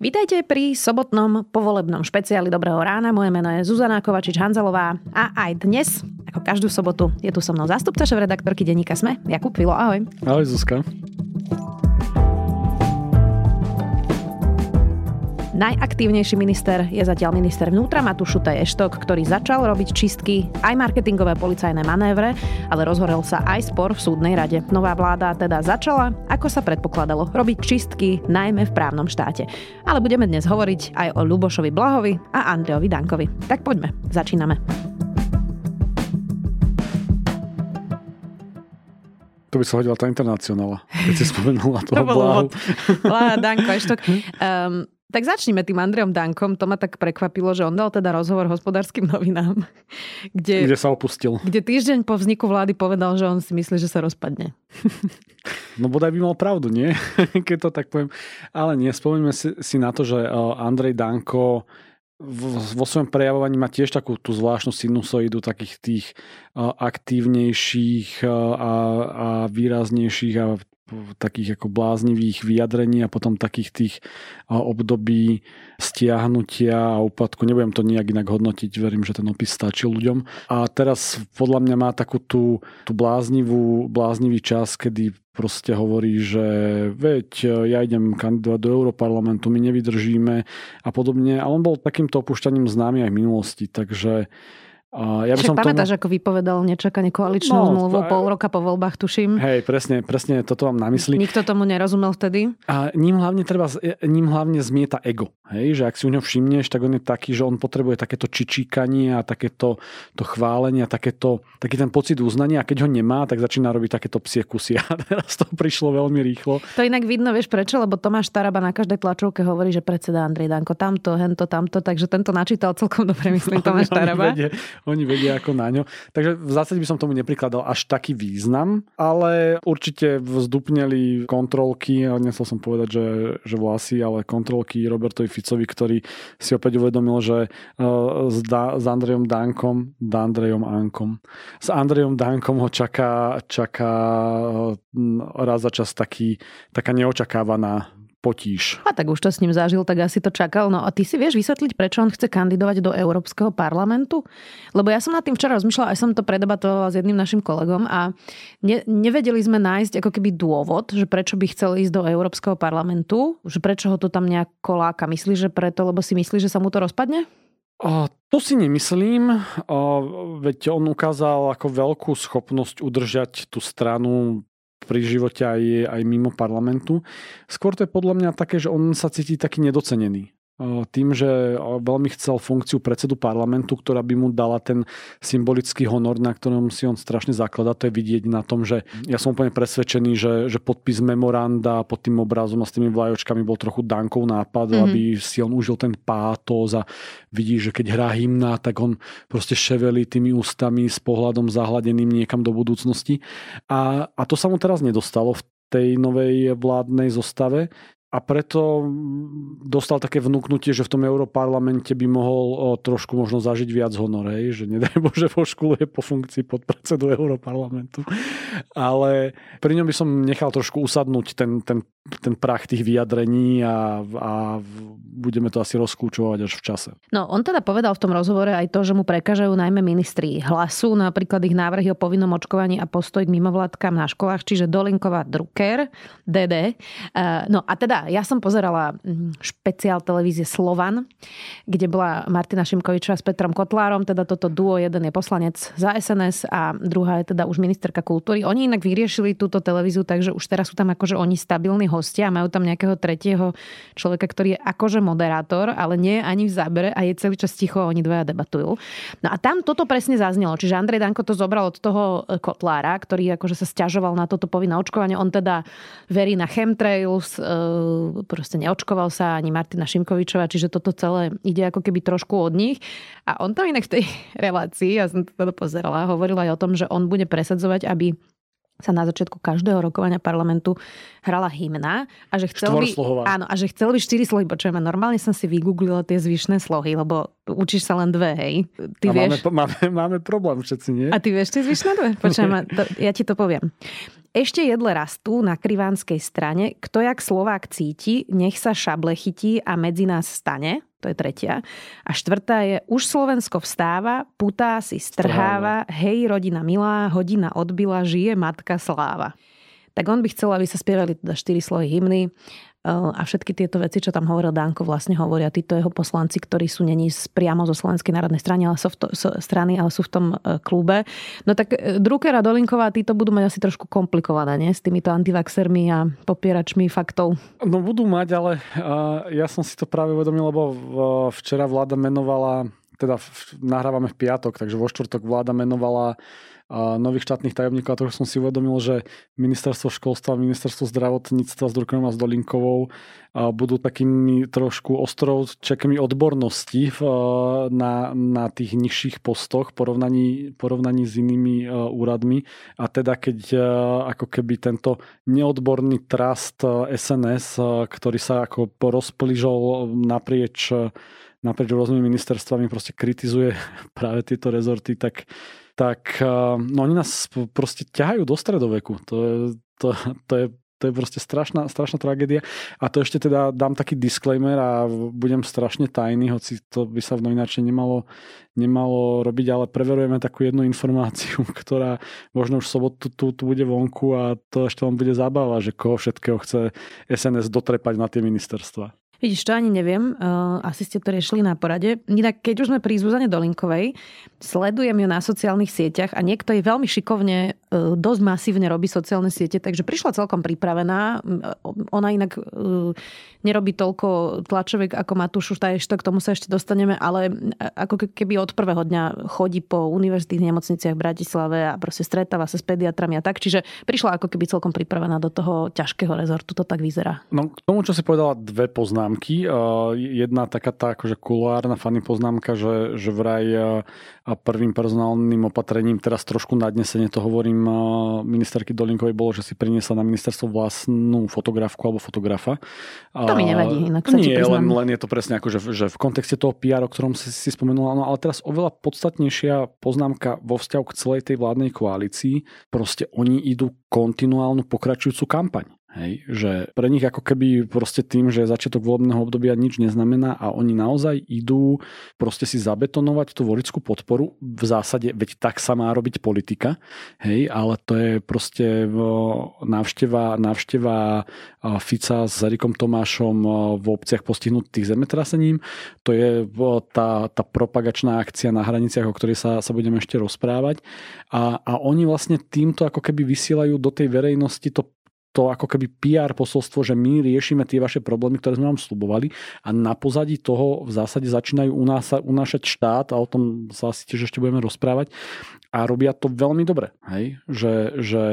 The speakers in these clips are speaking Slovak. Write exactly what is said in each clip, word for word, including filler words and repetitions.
Vítajte pri sobotnom povolebnom špeciáli Dobrého rána. Moje meno je Zuzana Kovačič-Hanzelová a aj dnes, ako každú sobotu, je tu so mnou zástupca šéfredaktorky denníka SME, Jakub Filo. Ahoj. Ahoj, Zuzka. Najaktívnejší minister je zatiaľ minister vnútra Matúš Šutaj Eštok, ktorý začal robiť čistky, aj marketingové policajné manévre, ale rozhorel sa aj spor v súdnej rade. Nová vláda teda začala, ako sa predpokladalo, robiť čistky najmä v právnom štáte. Ale budeme dnes hovoriť aj o Ľubošovi Blahovi a Andrejovi Dankovi. Tak poďme, začíname. To by sa hodila tá internacionála, keď si spomenula toho Blahu. Blaha, Danko, Eštok. Um, Tak začneme tým Andrejom Dankom. To ma tak prekvapilo, že on dal teda rozhovor Hospodárskym novinám, kde, kde sa opustil. Kde týždeň po vzniku vlády povedal, že on si myslí, že sa rozpadne. No bodaj by mal pravdu, nie? Keď to tak poviem. Ale nie, spomeňme si, si na to, že Andrej Danko vo svojom prejavovaní má tiež takú tú zvláštnu sinusoidu takých tých aktívnejších a, a výraznejších a takých ako bláznivých vyjadrení a potom takých tých období stiahnutia a úpadku. Nebudem to nejak inak hodnotiť, verím, že ten opis stačí ľuďom. A teraz podľa mňa má takú tú, tú bláznivú, bláznivý čas, kedy proste hovorí, že veď, ja idem kandidovať do Europarlamentu, my nevydržíme a podobne. A on bol takýmto opúšťaním známy aj v minulosti, takže Uh, ja by som pamätáš, tomu... ako vypovedal nečakane koaličnú no, zmluvu pol roka po voľbách, tuším? Hej, presne, presne toto mám na mysli. Nikto tomu nerozumel vtedy? A ním hlavne treba, ním hlavne zmieta ego. Hej, že ak si u ňo všimneš, tak on je taký, že on potrebuje takéto čičíkanie a takéto to chválenie a takéto, taký ten pocit uznania a keď ho nemá, tak začína robiť takéto psie kusy. A teraz to prišlo veľmi rýchlo. To inak vidno, vieš prečo? Lebo Tomáš Taraba na každej tlačovke hovorí, že predseda Andrej Danko tamto, hento, tamto, takže tento načítal celkom dobre, myslím, Tomáš Taraba. Oni vedia ako na ňo. Takže v zásade by som tomu neprikladal až taký význam, ale určite vzdupneli kontrolky, a nechcel som povedať, že, že vlasy, ale kontrolky Robertovi Ficovi, ktorý si opäť uvedomil, že s, da, s Andrejom Dankom, Dandrejom Ankom, s Andrejom Dankom ho čaká, čaká raz za čas taký, taká neočakávaná potíž. A tak už to s ním zažil, tak asi to čakal. No a ty si vieš vysvetliť, prečo on chce kandidovať do Európskeho parlamentu? Lebo ja som nad tým včera rozmýšľala, aj som to predebatovala s jedným našim kolegom a ne, nevedeli sme nájsť ako keby dôvod, že prečo by chcel ísť do Európskeho parlamentu, že prečo ho to tam nejako láka. Myslíš, že preto, lebo si myslíš, že sa mu to rozpadne? O, to si nemyslím, o, veď on ukázal ako veľkú schopnosť udržať tú stranu pri živote aj, aj mimo parlamentu. Skôr to je podľa mňa také, že on sa cíti taký nedocenený. Tým, že veľmi chcel funkciu predsedu parlamentu, ktorá by mu dala ten symbolický honor, na ktorom si on strašne zakladá. To je vidieť na tom, že ja som úplne presvedčený, že, že podpis memoranda pod tým obrazom a s tými vlajočkami bol trochu Dankov nápad, mm-hmm. aby si on užil ten pátos a vidí, že keď hrá hymna, tak on proste ševelí tými ústami s pohľadom zahladeným niekam do budúcnosti. A, a to sa mu teraz nedostalo v tej novej vládnej zostave. A preto dostal také vnúknutie, že v tom Europarlamente by mohol o, trošku možno zažiť viac honorej, že nedaj Bože poškuluje po funkcii podpredsedu Europarlamentu. Ale pri ňom by som nechal trošku usadnúť ten, ten, ten prach tých vyjadrení a, a budeme to asi rozkľúčovať až v čase. No, on teda povedal v tom rozhovore aj to, že mu prekážajú najmä ministri Hlasu, napríklad ich návrhy o povinnom očkovaní a postoj k mimovládkam na školách, čiže Dolinková, Drucker, dé dé. No a teda ja som pozerala špeciál televízie Slovan, kde bola Martina Šimkovičová s Petrom Kotlárom, teda toto duo, jeden je poslanec za es en es a druhá je teda už ministerka kultúry. Oni inak vyriešili túto televíziu, takže už teraz sú tam akože oni stabilní hostia a majú tam nejakého tretieho človeka, ktorý je akože moderátor, ale nie je ani v zábere a je celý čas ticho a oni dvaja debatujú. No a tam toto presne zaznelo. Čiže Andrej Danko to zobral od toho Kotlára, ktorý akože sa sťažoval na toto povinné očkovanie. On teda verí na chemtrails, proste neočkoval sa ani Martina Šimkovičová, čiže toto celé ide ako keby trošku od nich. A on tam inak v tej relácii, ja som to teda pozerala, hovoril aj o tom, že on bude presadzovať, aby sa na začiatku každého rokovania parlamentu hrala hymna a že chcel by, áno, a že chcel by štyri slohy, počujem, normálne som si vygooglila tie zvyšné slohy, lebo učíš sa len dve, hej. Ty a vieš... máme, máme, máme problém všetci, nie? A ty vieš tie zvyšné dve? Počujem, ja ti to poviem. Ešte jedle rastú na krivánskej strane, kto jak Slovák cíti, nech sa šable chytí a medzi nás stane. To je tretia. A štvrtá je, už Slovensko vstáva, putá si strháva, hej, rodina milá, hodina odbila, žije matka sláva. Tak on by chcel, aby sa spievali teda štyri slohy hymny a všetky tieto veci, čo tam hovoril Danko, vlastne hovoria títo jeho poslanci, ktorí sú není priamo zo Slovenskej národnej strany, ale sú v, to, strany, ale sú v tom klube. No tak Drucker a Dolinková, títo budú mať asi trošku komplikované, nie? S týmito antivaxermi a popieračmi faktov. No budú mať, ale uh, ja som si to práve uvedomil, lebo včera vláda menovala, teda nahrávame v piatok, takže vo štvrtok vláda menovala nových štátnych tajomníkov a to som si uvedomil, že ministerstvo školstva, ministerstvo zdravotníctva s Druckerom a s Dolinkovou budú takými trošku ostrovčekmi odbornosti na, na tých nižších postoch porovnaní, porovnaní s inými úradmi a teda keď ako keby tento neodborný trust es en es, ktorý sa ako rozplížol naprieč naprieč rôznymi ministerstvami proste kritizuje práve tieto rezorty, tak tak no oni nás proste ťahajú do stredoveku. To je, to, to je, to je proste strašná, strašná tragédia. A to ešte teda dám taký disclaimer a budem strašne tajný, hoci to by sa v novináčne nemalo, nemalo robiť, ale preverujeme takú jednu informáciu, ktorá možno už v sobotu tu, tu bude vonku a to ešte len bude zábava, že koho všetkého chce es en es dotrepať na tie ministerstva. Vidíš, to ani neviem. Uh, asi ste to riešili na porade. Inak, keď už sme pri Zuzane Dolinkovej, sledujem ju na sociálnych sieťach a niekto jej veľmi šikovne, uh, dosť masívne robí sociálne siete, takže prišla celkom pripravená. Ona inak uh, nerobí toľko tlačoviek ako Matúš Štajšto, k tomu sa ešte dostaneme, ale ako keby od prvého dňa chodí po univerzitných nemocniciach v Bratislave a proste stretáva sa s pediatrami a tak. Čiže prišla ako keby celkom pripravená do toho ťažkého rezortu. To tak vyzerá. No k tomu, čo si povedala, dve poznámky. Jedna taká tá akože kuloárna funny poznámka, že, že vraj prvým personálnym opatrením, teraz trošku nadnesene to hovorím ministerky Dolinkovej, bolo, že si priniesla na ministerstvo vlastnú fotografku alebo fotografa. To mi nevadí, inak sa ti priznám. Nie, len, len je to presne ako, že, že v kontexte toho pé er, o ktorom si, si spomenula, no ale teraz oveľa podstatnejšia poznámka vo vzťahu k celej tej vládnej koalícii. Proste oni idú kontinuálnu pokračujúcu kampaň. Hej, že pre nich ako keby proste tým, že začiatok volebného obdobia nič neznamená a oni naozaj idú proste si zabetonovať tú voličskú podporu. V zásade, veď tak sa má robiť politika, hej, ale to je proste návšteva, návšteva Fica s Erikom Tomášom v obciach postihnutých zemetrasením. To je tá, tá propagačná akcia na hraniciach, o ktorej sa, sa budeme ešte rozprávať. A, a oni vlastne týmto ako keby vysielajú do tej verejnosti to to ako keby pé er posolstvo, že my riešime tie vaše problémy, ktoré sme vám sľubovali a na pozadí toho v zásade začínajú unášať štát a o tom sa asi tiež ešte budeme rozprávať a robia to veľmi dobre. Hej? Že, že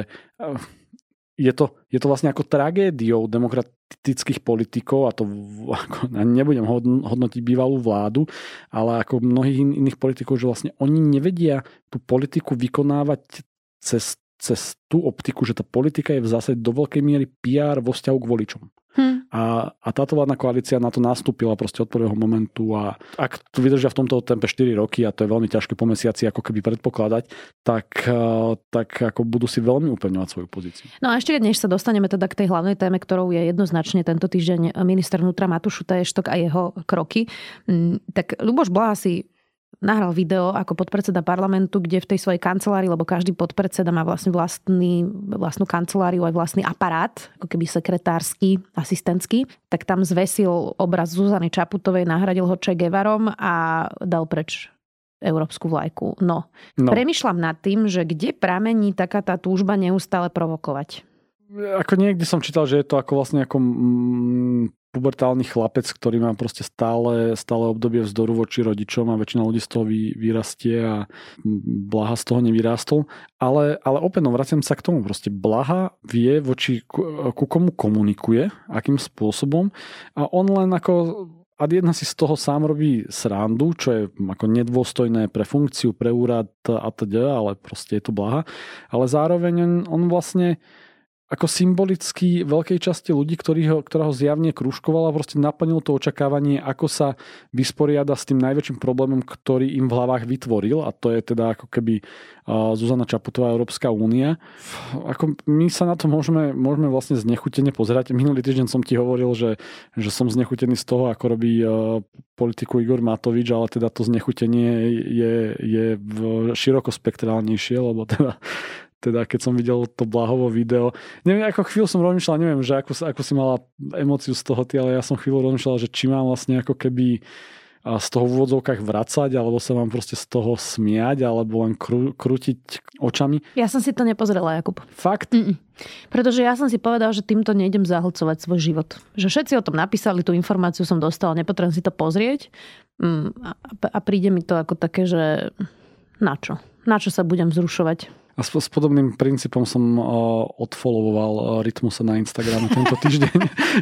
je, to, je to vlastne ako tragédiou demokratických politikov a to ako, nebudem hodnotiť bývalú vládu, ale ako mnohých iných politikov, že vlastne oni nevedia tú politiku vykonávať cez cez tú optiku, že tá politika je v zásade do veľkej miery pé er vo vzťahu k voličom. Hmm. A, a táto vládna koalícia na to nastúpila proste od prvého momentu a ak to vydržia v tomto tempe štyri roky a to je veľmi ťažké po mesiaci ako keby predpokladať, tak, tak ako budú si veľmi upevňovať svoju pozíciu. No a ešte než sa dostaneme teda k tej hlavnej téme, ktorou je jednoznačne tento týždeň minister vnútra Matúš Štajstok a jeho kroky, tak Ľuboš Blaha si nahral video ako podpredseda parlamentu, kde v tej svojej kancelárii, lebo každý podpredseda má vlastne vlastný, vlastnú kanceláriu, aj vlastný aparát, ako keby sekretársky, asistentský, tak tam zvesil obraz Zuzany Čaputovej, nahradil ho Che Guevarom a dal preč európsku vlajku. No, no. Premýšľam nad tým, že kde pramení taká tá túžba neustále provokovať. Ako niekde som čítal, že je to ako vlastne ako mm, pubertálny chlapec, ktorý má proste stále, stále obdobie vzdoru voči rodičom a väčšina ľudí z toho vy, vyrastie a Blaha z toho nevyrástol. Ale, ale opäť, no, vraciam sa k tomu. Proste Blaha vie voči ku, ku komu komunikuje, akým spôsobom a on len ako a jedna si z toho sám robí srandu, čo je ako nedôstojné pre funkciu, pre úrad a teda, ale proste je to blaha. Ale zároveň on vlastne ako symbolicky veľkej časti ľudí, ktorý ho, ktorá ho zjavne krúžkovala, proste naplnil to očakávanie, ako sa vysporiada s tým najväčším problémom, ktorý im v hlavách vytvoril, a to je teda ako keby Zuzana Čaputová, Európska únia. Ako my sa na to môžeme, môžeme vlastne znechutene pozerať. Minulý týždeň som ti hovoril, že, že som znechutený z toho, ako robí politiku Igor Matovič, ale teda to znechutenie je, je širokospektrálnejšie, lebo teda Teda keď som videl to Blahovo video, neviem, ako chvíľu som rozmýšľal, neviem, že ako, ako si mala emóciu z toho, ale ja som chvíľu rozmýšľal, že či mám vlastne ako keby z toho v úvodzovkách vracať, alebo sa mám proste z toho smiať, alebo len krú, krútiť očami. Ja som si to nepozrela, Jakub. Fakt? Mm-mm. Pretože ja som si povedal, že týmto nejdem zahlcovať svoj život. Že všetci o tom napísali, tú informáciu som dostala, nepotrebujem si to pozrieť a, a príde mi to ako také, že na čo? Na čo sa budem vzrušovať? A s, s podobným princípom som uh, odfollowoval uh, Rytmusa na Instagrame tento týždeň.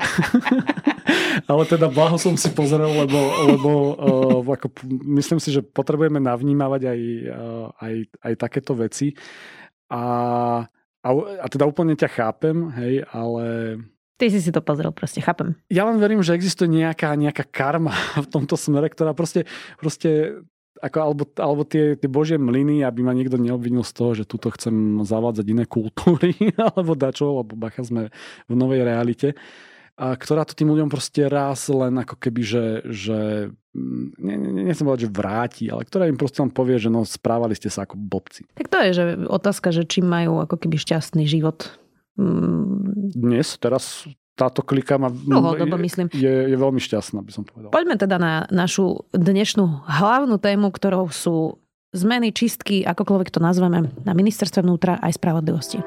Ale teda Blaho som si pozrel, lebo, lebo uh, ako, myslím si, že potrebujeme navnímavať aj, uh, aj, aj takéto veci. A, a, a teda úplne ťa chápem, hej, ale... Ty si si to pozrel, proste chápem. Ja len verím, že existuje nejaká, nejaká karma v tomto smere, ktorá proste... proste Ako, alebo, alebo tie, tie božie mlyny, aby ma niekto neobvinil z toho, že tuto chcem zavádzať iné kultúry alebo dačo, lebo bacha sme v novej realite, a ktorá to tým ľuďom proste raz len ako keby, že, že ne, ne, nechcem povedať, že vráti, ale ktorá im proste len povie, že no, správali ste sa ako blbci. Tak to je že otázka, že či majú ako keby šťastný život. Dnes, teraz... Táto klika ma, dlhodobo, myslím. Je, je veľmi šťastná, by som povedal. Poďme teda na našu dnešnú hlavnú tému, ktorou sú zmeny, čistky, akokoľvek to nazveme, na ministerstve vnútra aj spravodlivosti.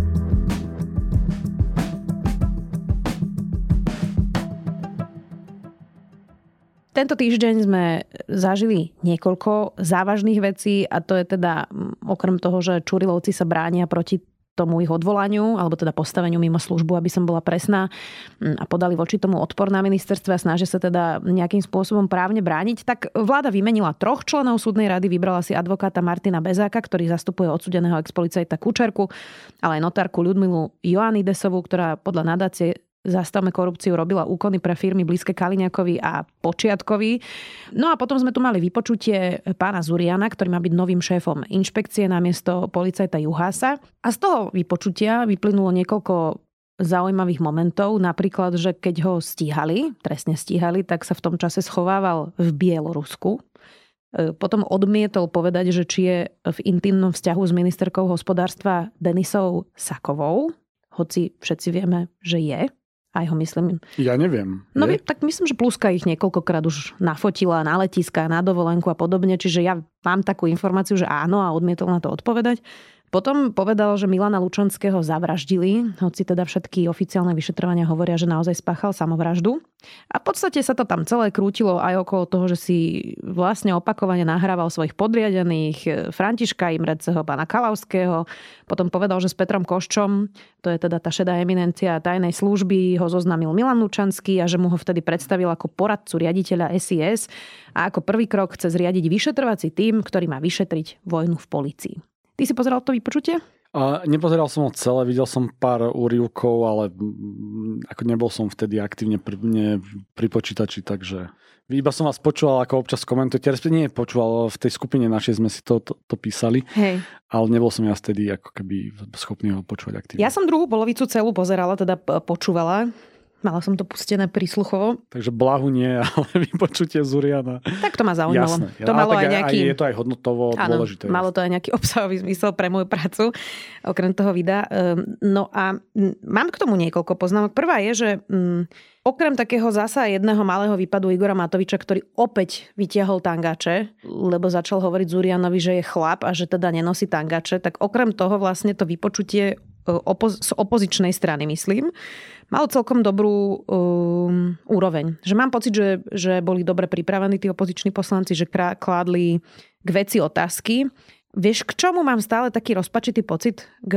Tento týždeň sme zažili niekoľko závažných vecí a to je teda okrem toho, že Čurilovci sa bránia proti tomu ich odvolaniu, alebo teda postaveniu mimo službu, aby som bola presná, a podali voči tomu odpor na ministerstve a snažia sa teda nejakým spôsobom právne brániť, tak vláda vymenila troch členov súdnej rady, vybrala si advokáta Martina Bezáka, ktorý zastupuje odsúdeného expolicajta Kučerku, ale aj notárku Ľudmilu Joannidesovú, ktorá podľa nadácie Zastavme korupciu robila úkony pre firmy blízke Kaliňakovi a Počiatkovi. No a potom sme tu mali vypočutie pána Zuriana, ktorý má byť novým šéfom inšpekcie namiesto policajta Juhása. A z toho vypočutia vyplynulo niekoľko zaujímavých momentov. Napríklad, že keď ho stíhali, trestne stíhali, tak sa v tom čase schovával v Bielorusku. Potom odmietol povedať, že či je v intimnom vzťahu s ministerkou hospodárstva Denisou Sakovou. Hoci všetci vieme, že je. Aj ho myslím. Ja neviem. No je? Tak myslím, že Pluska ich niekoľkokrát už nafotila na letiska, na dovolenku a podobne. Čiže ja mám takú informáciu, že áno, a odmietol na to odpovedať. Potom povedal, že Milana Lučanského zavraždili, hoci teda všetky oficiálne vyšetrovania hovoria, že naozaj spáchal samovraždu. A v podstate sa to tam celé krútilo aj okolo toho, že si vlastne opakovane nahrával svojich podriadených, Františka Imreceho, pána Kalavského. Potom povedal, že s Petrom Koščom, to je teda tá šedá eminencia tajnej služby, ho zoznámil Milan Lučanský a že mu ho vtedy predstavil ako poradcu riaditeľa es í es a ako prvý krok chce zriadiť vyšetrovací tím, ktorý má vyšetriť vojnu v polícii. Ty si pozeral to vypočutie? A nepozeral som ho celé, videl som pár úryvkov, ale ako nebol som vtedy aktívne pri, ne, pri počítači, takže iba som vás počúval, ako občas komentujete. Respektíve nie počúval, v tej skupine našej sme si to, to, to písali, hej. Ale nebol som ja vtedy ako keby schopný ho počúvať aktívne. Ja som druhú polovicu celú pozerala, teda počúvala. Mala som to pustené prísluchovo. Takže Blahu nie, ale vypočutie Zuriana. Tak to ma zaujímalo. Jasné. To malo aj nejaký... Aj je to aj hodnotovo áno, dôležité. Malo to aj nejaký obsahový zmysel pre moju prácu, okrem toho videa. No a mám k tomu niekoľko poznámok. Prvá je, že um, okrem takého zasa jedného malého výpadu Igora Matoviča, ktorý opäť vytiahol tangače, lebo začal hovoriť Zurianovi, že je chlap a že teda nenosí tangače, tak okrem toho vlastne to vypočutie Opo- z opozičnej strany, myslím, mal celkom dobrú um, úroveň. Že mám pocit, že, že boli dobre pripravení tí opoziční poslanci, že krá- kládli k veci otázky. Vieš, k čomu mám stále taký rozpačitý pocit? K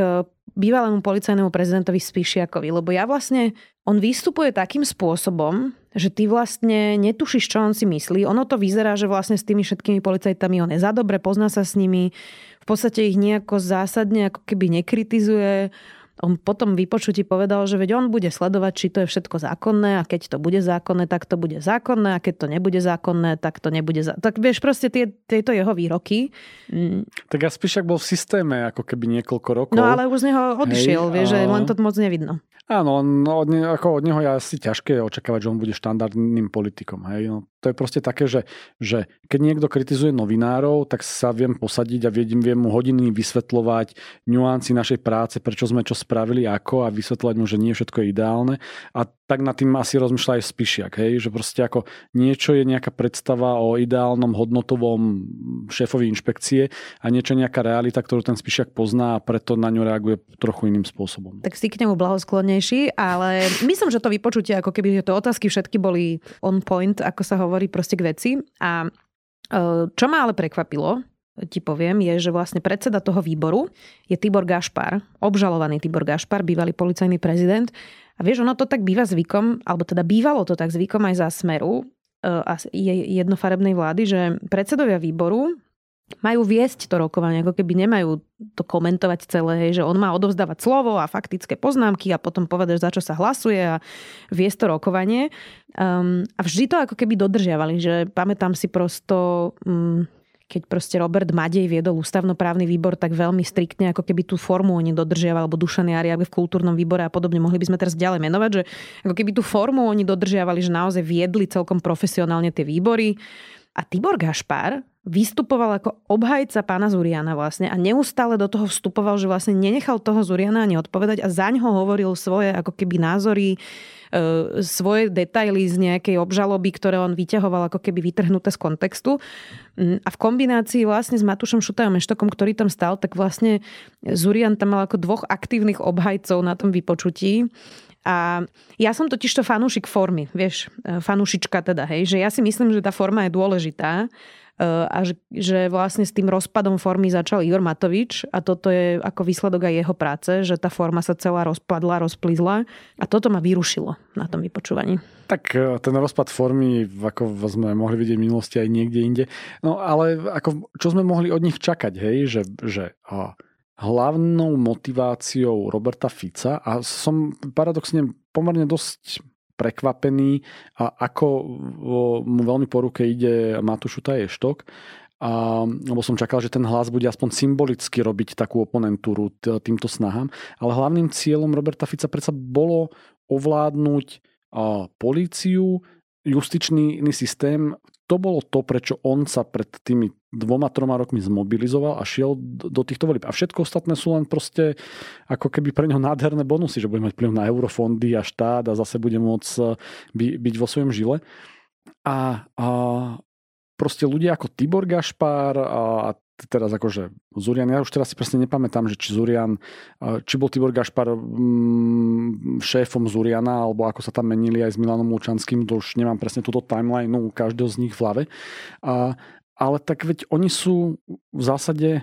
bývalému policajnému prezidentovi Spišiakovi, lebo ja vlastne, on vystupuje takým spôsobom, že ty vlastne netušíš, čo on si myslí. Ono to vyzerá, že vlastne s tými všetkými policajtami on je za dobre, pozná sa s nimi, v podstate ich nejako zásadne ako keby nekritizuje. On potom vypočutí povedal, že veď on bude sledovať, či to je všetko zákonné a keď to bude zákonné, tak to bude zákonné a keď to nebude zákonné, tak to nebude zákonné. Tak vieš, proste tie, tieto jeho výroky. Mm. Tak ja Spišiak bol v systéme ako keby niekoľko rokov. No ale už z neho odišiel, hej, vieš, a... že len to moc nevidno. Áno, no, od, ne, ako od neho je asi ťažké očakávať, že on bude štandardným politikom. Hej. No, to je proste také, že, že keď niekto kritizuje novinárov, tak sa viem posadiť a viem, viem mu hodiny vysvetľovať nuancy našej práce, prečo sme čo spravili, ako a vysvetľovať mu, že nie všetko je ideálne. A tak nad tým asi rozmýšľa aj Spišiak, hej, že proste ako niečo je nejaká predstava o ideálnom hodnotovom šéfovi inšpekcie a niečo nejaká realita, ktorú ten Spišiak pozná a preto na ňu reaguje trochu iným spôsobom. Tak si k nemu blahosklonnejší, ale myslím, že to vypočutie, ako keby tieto otázky všetky boli on point, ako sa hovorí proste k veci. A čo ma ale prekvapilo, ti poviem, je, že vlastne predseda toho výboru je Tibor Gašpar, obžalovaný Tibor Gašpar, bývalý policajný prezident. A vieš, ono to tak býva zvykom, alebo teda bývalo to tak zvykom aj za Smeru a jednofarebnej vlády, že predsedovia výboru majú viesť to rokovanie, ako keby nemajú to komentovať celé, že on má odovzdávať slovo a faktické poznámky a potom povedať, za čo sa hlasuje a viesť to rokovanie. Um, a vždy to ako keby dodržiavali, že pamätám si prosto... Um, keď proste Robert Madej viedol ústavnoprávny výbor, tak veľmi striktne ako keby tú formu oni dodržiavali, alebo Dušan Jariak v kultúrnom výbore a podobne. Mohli by sme teraz ďalej menovať, že ako keby tú formu oni dodržiavali, že naozaj viedli celkom profesionálne tie výbory. A Tibor Gašpar vystupoval ako obhajca pána Zuriana vlastne a neustále do toho vstupoval, že vlastne nenechal toho Zuriana ani odpovedať a zaň ho hovoril svoje ako keby názory, e, svoje detaily z nejakej obžaloby, ktoré on vyťahoval ako keby vytrhnuté z kontextu. A v kombinácii vlastne s Matúšom Šutajom Eštokom, ktorý tam stal, tak vlastne Zurian tam mal ako dvoch aktívnych obhajcov na tom vypočutí. A ja som totižto fanúšik formy, vieš, fanúšička teda, hej, že ja si myslím, že tá forma je dôležitá a že, že vlastne s tým rozpadom formy začal Igor Matovič a toto je ako výsledok aj jeho práce, že tá forma sa celá rozpadla, rozplizla a toto ma vyrušilo na tom vypočúvaní. Tak ten rozpad formy, ako sme mohli vidieť v minulosti aj niekde inde, no ale ako, čo sme mohli od nich čakať, hej, že, že a, hlavnou motiváciou Roberta Fica a som paradoxne pomerne dosť prekvapený, a ako mu veľmi po ruke ide Matúš Šutaj Eštok. A, lebo som čakal, že ten hlas bude aspoň symbolicky robiť takú oponentúru týmto snahám. Ale hlavným cieľom Roberta Fica predsa bolo ovládnuť a, políciu, justičný systém. To bolo to, prečo on sa pred tými dvoma, troma rokmi zmobilizoval a šiel do týchto volieb. A všetko ostatné sú len proste ako keby pre neho nádherné bonusy, že bude mať vplyv na eurofondy a štát a zase bude môcť by, byť vo svojom žile. A, a proste ľudia ako Tibor Gašpar a, a teraz akože Zurian, ja už teraz si presne nepamätám, že či Zurian, či bol Tibor Gašpar mm, šéfom Zuriana, alebo ako sa tam menili aj s Milanom Lučanským, to už nemám presne túto timeline u každého z nich v hlave. A, ale tak veď oni sú v zásade,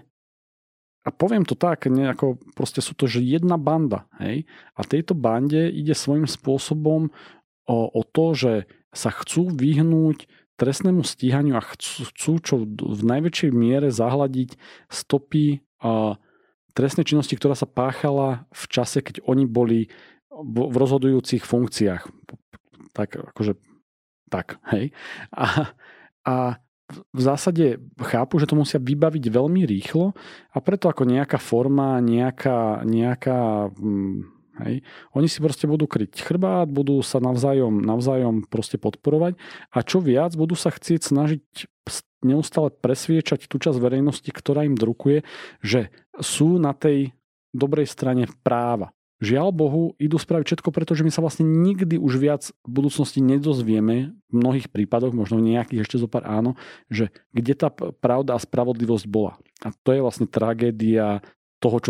a poviem to tak, nejako, proste sú to, že jedna banda, hej? A tejto bande ide svojím spôsobom o, o to, že sa chcú vyhnúť trestnému stíhaniu a chcú, chcú čo v najväčšej miere zahľadiť stopy a trestnej činnosti, ktorá sa páchala v čase, keď oni boli v rozhodujúcich funkciách. Tak akože tak, hej. A, a v zásade chápu, že to musia vybaviť veľmi rýchlo a preto ako nejaká forma, nejaká, nejaká hej. Oni si proste budú kryť chrbát, budú sa navzájom, navzájom proste podporovať a čo viac, budú sa chcieť snažiť neustále presviečať tú časť verejnosti, ktorá im drukuje, že sú na tej dobrej strane práva. Žiaľ Bohu, idú spraviť všetko, pretože my sa vlastne nikdy už viac v budúcnosti nedozvieme v mnohých prípadoch, možno nejakých ešte zo pár áno, že kde tá pravda a spravodlivosť bola. A to je vlastne tragédia toho, čo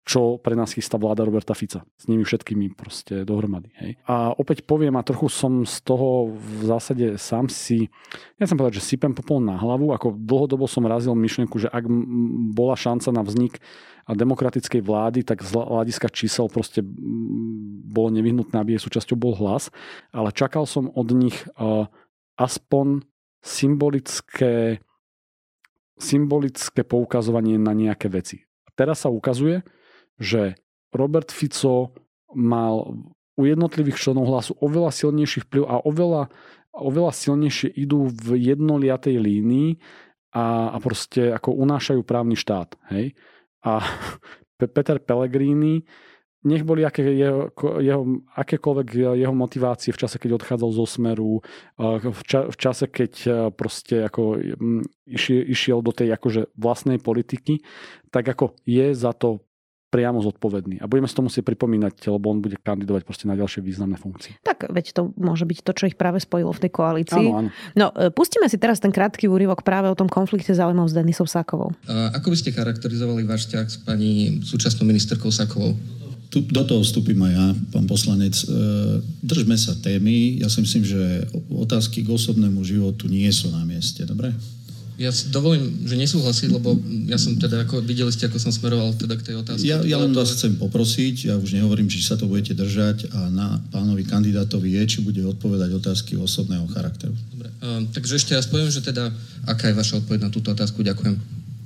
čo pre nás chystá vláda Roberta Fica. S nimi všetkými proste dohromady. Hej. A opäť poviem, a trochu som z toho v zásade sám si, ja som povedať, že sypem popol na hlavu, ako dlhodobo som razil myšlienku, že ak bola šanca na vznik demokratickej vlády, tak z hľadiska čísel proste bolo nevyhnutné, aby jej súčasťou bol Hlas. Ale čakal som od nich aspoň symbolické, symbolické poukazovanie na nejaké veci. Teraz sa ukazuje, že Robert Fico mal u jednotlivých členov Hlasu oveľa silnejší vplyv a oveľa, oveľa silnejšie idú v jednoliatej línii a, a proste ako unášajú právny štát. Hej? A Peter Pellegrini, nech boli aké jeho, jeho, akékoľvek jeho motivácie v čase, keď odchádzal zo Smeru, v, ča, v čase, keď proste ako išiel, išiel do tej akože vlastnej politiky, tak ako je za to priamo zodpovedný. A budeme si to musieť pripomínať, lebo on bude kandidovať proste na ďalšie významné funkcie. Tak veď to môže byť to, čo ich práve spojilo v tej koalícii. Áno, áno. No, pustíme si teraz ten krátky úryvok práve o tom konflikte záujmov s Denisou Sákovou. A ako by ste charakterizovali váš vzťah s pani súčasnou ministerkou Sákovou? Tu, do toho vstúpim aj ja, pán poslanec. Držme sa témy. Ja si myslím, že otázky k osobnému životu nie sú na mieste. Dobre? Ja si dovolím, že nesúhlasiť, lebo ja som teda, ako videli ste, ako som smeroval teda k tej otázke. Ja, ja len vás chcem poprosiť, ja už nehovorím, či sa to budete držať a na pánovi kandidátovi je, či bude odpovedať otázky osobného charakteru. Dobre, uh, takže ešte raz poviem, že teda, aká je vaša odpoveď na túto otázku? Ďakujem.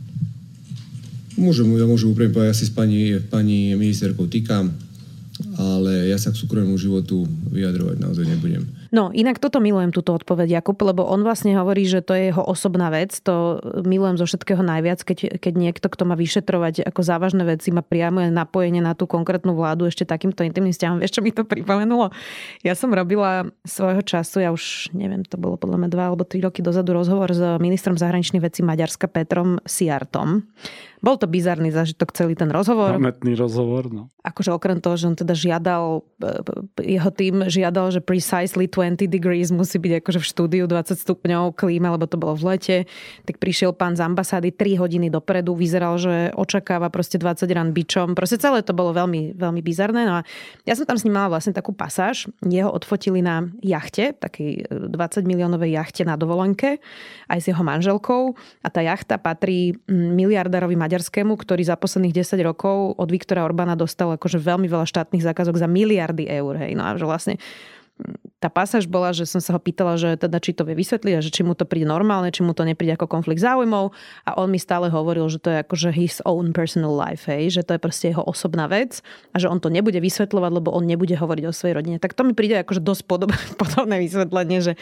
Môžem, ja môžem úprimne povedať, ja si s pani, pani ministerkou týkam, ale ja sa k súkromnému životu vyjadrovať naozaj nebudem. No, inak toto milujem, túto odpoveď, Jakub, lebo on vlastne hovorí, že to je jeho osobná vec. To milujem zo všetkého najviac, keď, keď niekto, kto má vyšetrovať ako závažné veci, má priamo napojenie na tú konkrétnu vládu ešte takýmto intimným vzťahom. Vieš, čo mi to pripomenulo? Ja som robila svojho času, ja už neviem, to bolo podľa mňa dva alebo tri roky dozadu, rozhovor s ministrom zahraničných vecí Maďarska Petrom Siartom. Bol to bizarný zážitok celý ten rozhovor. Pamätný rozhovor, no. Akože okrem toho, že on teda žiadal, jeho tým žiadal, že precisely dvadsať degrees musí byť akože v štúdiu dvadsať stupňov klíma, lebo to bolo v lete. Tak prišiel pán z ambasády tri hodiny dopredu, vyzeral, že očakáva proste dvadsať rán bičom. Proste celé to bolo veľmi, veľmi bizarné. No a ja som tam s ním mala vlastne takú pasáž. Jeho odfotili na jachte, takej dvadsať miliónovej jachte na dovolenke, aj s jeho manželkou. A tá jachta patrí miliardárovi maďarskému, ktorý za posledných desať rokov od Viktora Orbána dostal akože veľmi veľa štátnych zákazok za miliardy eur. Hej. No a že vlastne tá pasáž bola, že som sa ho pýtala, že teda či to vie vysvetliť a že či mu to príde normálne, či mu to nepríde ako konflikt záujmov, a on mi stále hovoril, že to je akože his own personal life, hej, že to je proste jeho osobná vec a že on to nebude vysvetľovať, lebo on nebude hovoriť o svojej rodine. Tak to mi príde akože dosť podobné, podobné vysvetlenie, že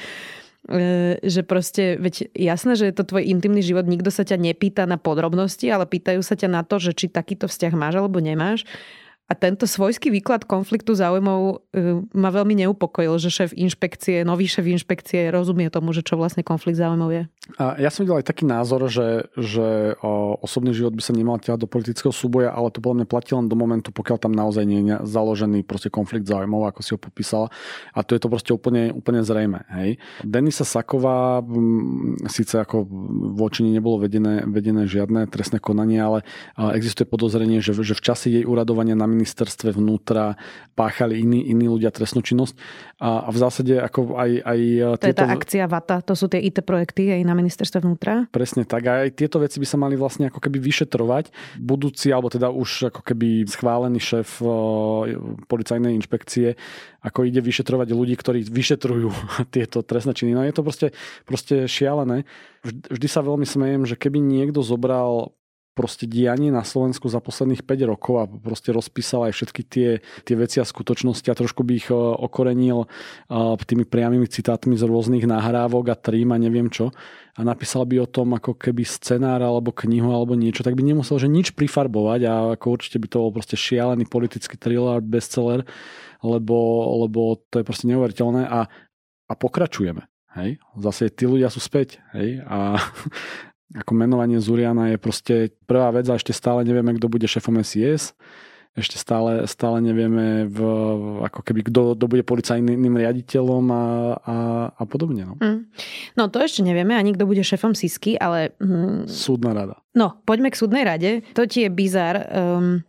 že proste, veď jasné, že je to tvoj intimný život, nikto sa ťa nepýta na podrobnosti, ale pýtajú sa ťa na to, že či takýto vzťah máš alebo nemáš. A tento svojský výklad konfliktu záujmov ma veľmi neupokojil, že šéf inšpekcie, nový šéf inšpekcie rozumie tomu, že čo vlastne konflikt záujmov je. A ja som videl aj taký názor, že, že osobný život by sa nemal ťahať do politického súboja, ale to podľa mňa platí len do momentu, pokiaľ tam naozaj nie je založený proste konflikt záujmov, ako si ho popísala. A to je to proste úplne, úplne zrejme. Hej. Denisa Sáková, síce ako voči nej nebolo vedené, vedené žiadne trestné konanie, ale existuje podozrenie, že, že v čase jej uradovania na ministerstve vnútra páchali iní, iní ľudia trestnú činnosť. A, a v zásade ako aj... aj to tieto... je tá akcia VATA, to sú tie í té projekty aj na ministerstve vnútra? Presne tak. A aj tieto veci by sa mali vlastne ako keby vyšetrovať. Budúci, alebo teda už ako keby schválený šéf policajnej inšpekcie, ako ide vyšetrovať ľudí, ktorí vyšetrujú tieto trestné činy. No je to proste, proste šialené. Vždy sa veľmi smejem, že keby niekto zobral proste dianie na Slovensku za posledných päť rokov a proste rozpísal aj všetky tie, tie veci a skutočnosti a trošku by ich okorenil tými priamými citátmi z rôznych nahrávok a trím a neviem čo a napísal by o tom ako keby scenár alebo knihu alebo niečo, tak by nemusel že nič prifarbovať a ako určite by to bol proste šialený politický thriller, bestseller, lebo, lebo to je proste neuveriteľné a, a pokračujeme. Hej? Zase tí ľudia sú späť. Hej? A ako menovanie Zuriana je proste prvá vec a ešte stále nevieme, kto bude šéfom es í es. Ešte stále, stále nevieme, v, ako keby kto, kto bude policajným riaditeľom a, a, a podobne. No. Mm. no to ešte nevieme, ani kto bude šéfom SIS-ky, ale... Mm, súdna rada. No, poďme k súdnej rade. To ti je bizar. Um,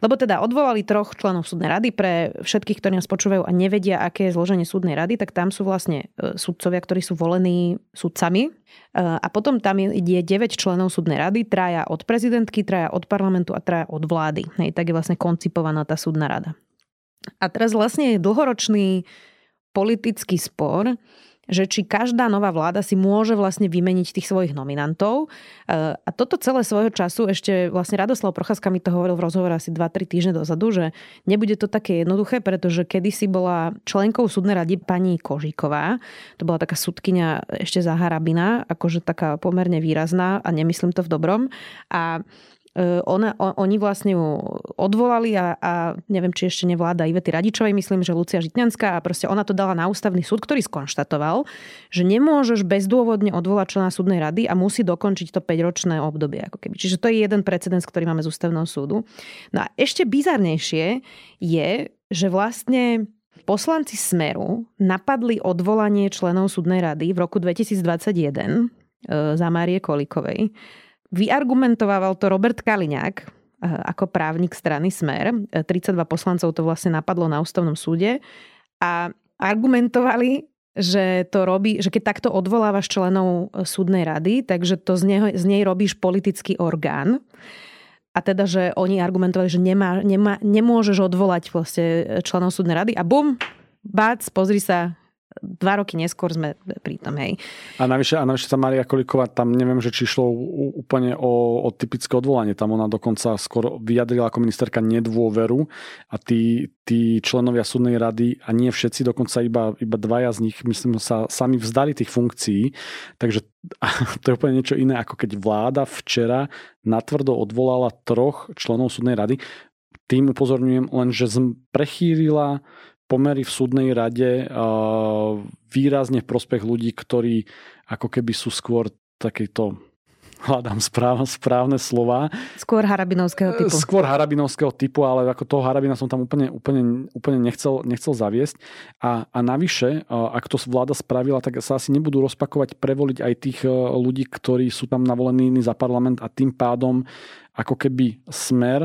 Lebo teda odvolali troch členov súdnej rady. Pre všetkých, ktorí nás počúvajú a nevedia, aké je zloženie súdnej rady, tak tam sú vlastne sudcovia, ktorí sú volení sudcami. A potom tam je deväť členov súdnej rady, traja od prezidentky, traja od parlamentu a traja od vlády. Hej, tak je vlastne koncipovaná tá súdna rada. A teraz vlastne je dlhoročný politický spor, že či každá nová vláda si môže vlastne vymeniť tých svojich nominantov. A toto celé svojho času ešte vlastne Radoslav Procházka mi to hovoril v rozhovore asi dva tri týždne dozadu, že nebude to také jednoduché, pretože kedysi bola členkou súdnej rady pani Kožíková. To bola taká sudkyňa ešte za Harabina, akože taká pomerne výrazná a nemyslím to v dobrom. A Ona, on, oni vlastne ju odvolali a, a neviem, či ešte nevláda Ivety Radičovej, myslím, že Lucia Žitňanská a proste ona to dala na ústavný súd, ktorý skonštatoval, že nemôžeš bezdôvodne odvolať člena súdnej rady a musí dokončiť to päťročné obdobie. Ako keby. Čiže to je jeden precedens, ktorý máme z ústavného súdu. No a ešte bizarnejšie je, že vlastne poslanci Smeru napadli odvolanie členov súdnej rady v roku dvetisícdvadsaťjeden za Márie Kolíkovej. Vyargumentovával to Robert Kaliňák ako právnik strany Smer. tridsaťdva poslancov to vlastne napadlo na ústavnom súde a argumentovali, že to robí, že keď takto odvolávaš členov súdnej rady, takže to z, neho, z nej robíš politický orgán. A teda, že oni argumentovali, že nemá, nemá, nemôžeš odvolať vlastne členov súdnej rady a bum, bác, pozri sa, dva roky neskôr sme pri tom, hej. A navyše, a navyše sa Mária Kolíková, tam neviem, že či šlo úplne o, o typické odvolanie. Tam ona dokonca skôr vyjadrila ako ministerka nedôveru a tí, tí členovia súdnej rady, a nie všetci, dokonca iba, iba dvaja z nich, myslím, sa sami vzdali tých funkcií. Takže to je úplne niečo iné, ako keď vláda včera natvrdo odvolala troch členov súdnej rady. Tým upozorňujem len, že prechýrila pomery v súdnej rade výrazne v prospech ľudí, ktorí ako keby sú skôr takýto, hľadám správ, správne slova. Skôr harabinovského typu. Skôr harabinovského typu, ale ako toho Harabina som tam úplne, úplne, úplne nechcel, nechcel zaviesť. A, a navyše, ak to vláda spravila, tak sa asi nebudú rozpakovať prevoliť aj tých ľudí, ktorí sú tam navolení za parlament a tým pádom ako keby Smer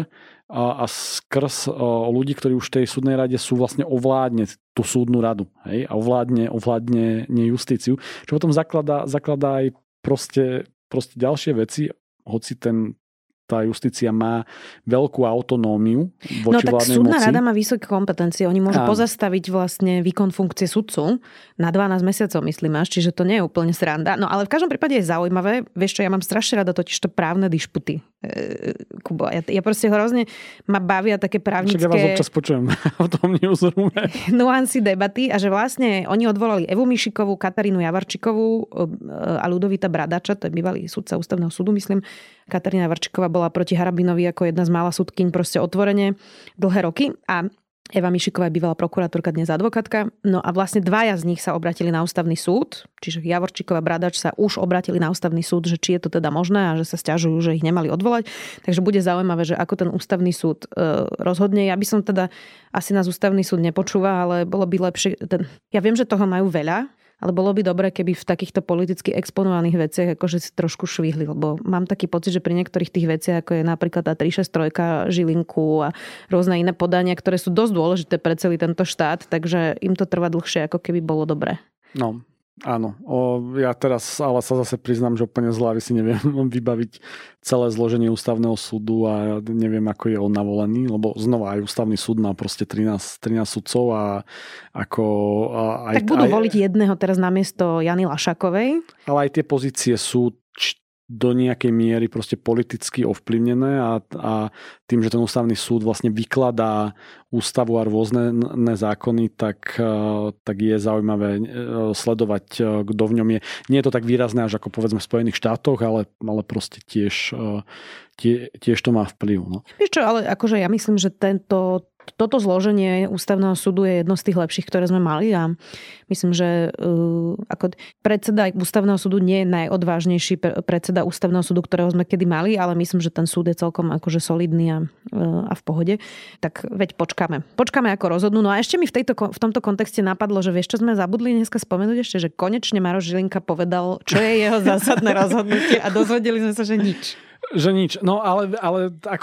a skrz ľudí, ktorí už v tej súdnej rade sú, vlastne ovládne tú súdnu radu. Hej? A ovládne, ovládne nie justíciu. Čo potom zakladá, zakladá aj proste, proste ďalšie veci, hoci ten tá justícia má veľkú autonómiu voči vládnej moci. No tak súdna rada má vysoké kompetencie. Oni môžu Áno. pozastaviť vlastne výkon funkcie sudcu na dvanásť mesiacov, myslím až, čiže to nie je úplne sranda. No ale v každom prípade je zaujímavé, vieš čo, ja mám strašne rada totiž to právne dišputy. E, Kubo, ja, ja proste hrozne ma bavia také právnické... Však ja vás občas počujem v tom newsroome. Nuancy debaty a že vlastne oni odvolali Evu Mišikovú, Katarínu Javarčikovú a Ľudovita Bradača, to je bývalý sudca ústavného súdu, myslím. Katarína Javarčiková bola proti Harabinovi ako jedna z mála sudkyň proste otvorene dlhé roky a Eva Mišiková bývala prokurátorka, dnes advokátka. No a vlastne dvaja z nich sa obratili na ústavný súd, čiže Javorčíková a Bradač sa už obratili na ústavný súd, že či je to teda možné a že sa sťažujú, že ich nemali odvolať. Takže bude zaujímavé, že ako ten ústavný súd e, rozhodne. Ja by som teda asi nás ústavný súd nepočúva, ale bolo by lepšie... Ten... Ja viem, že toho majú veľa, ale bolo by dobré, keby v takýchto politicky exponovaných veciach akože si trošku švihli, lebo mám taký pocit, že pri niektorých tých veciach, ako je napríklad tá tri šesť tri Žilinku a rôzne iné podania, ktoré sú dosť dôležité pre celý tento štát, takže im to trvá dlhšie, ako keby bolo dobré. No, áno. O, ja teraz ale sa zase priznám, že úplne z hlavy si neviem vybaviť celé zloženie ústavného súdu a neviem, ako je on navolený, lebo znova aj ústavný súd má proste trinásť, trinásť sudcov a ako... A aj, tak budú aj, voliť jedného teraz namiesto Jany Lašakovej. Ale aj tie pozície sú č- do nejakej miery proste politicky ovplyvnené a, a tým, že ten ústavný súd vlastne vykladá ústavu a rôzne zákony, tak, tak je zaujímavé sledovať, kto v ňom je. Nie je to tak výrazné, až ako povedzme v Spojených štátoch, ale, ale proste tiež, tie, tiež to má vplyv. No. Vieš čo, ale akože ja myslím, že tento Toto zloženie ústavného súdu je jedno z tých lepších, ktoré sme mali a myslím, že uh, ako predseda ústavného súdu nie je najodvážnejší predseda ústavného súdu, ktorého sme kedy mali, ale myslím, že ten súd je celkom akože solidný a, uh, a v pohode. Tak veď počkáme. Počkáme, ako rozhodnú. No a ešte mi v, tejto, v tomto kontexte napadlo, že vieš, čo sme zabudli dneska spomenúť ešte, že konečne Maroš Žilinka povedal, čo je jeho zásadné rozhodnutie a dozvedeli sme sa, že nič. Že nič. No ale, ale ako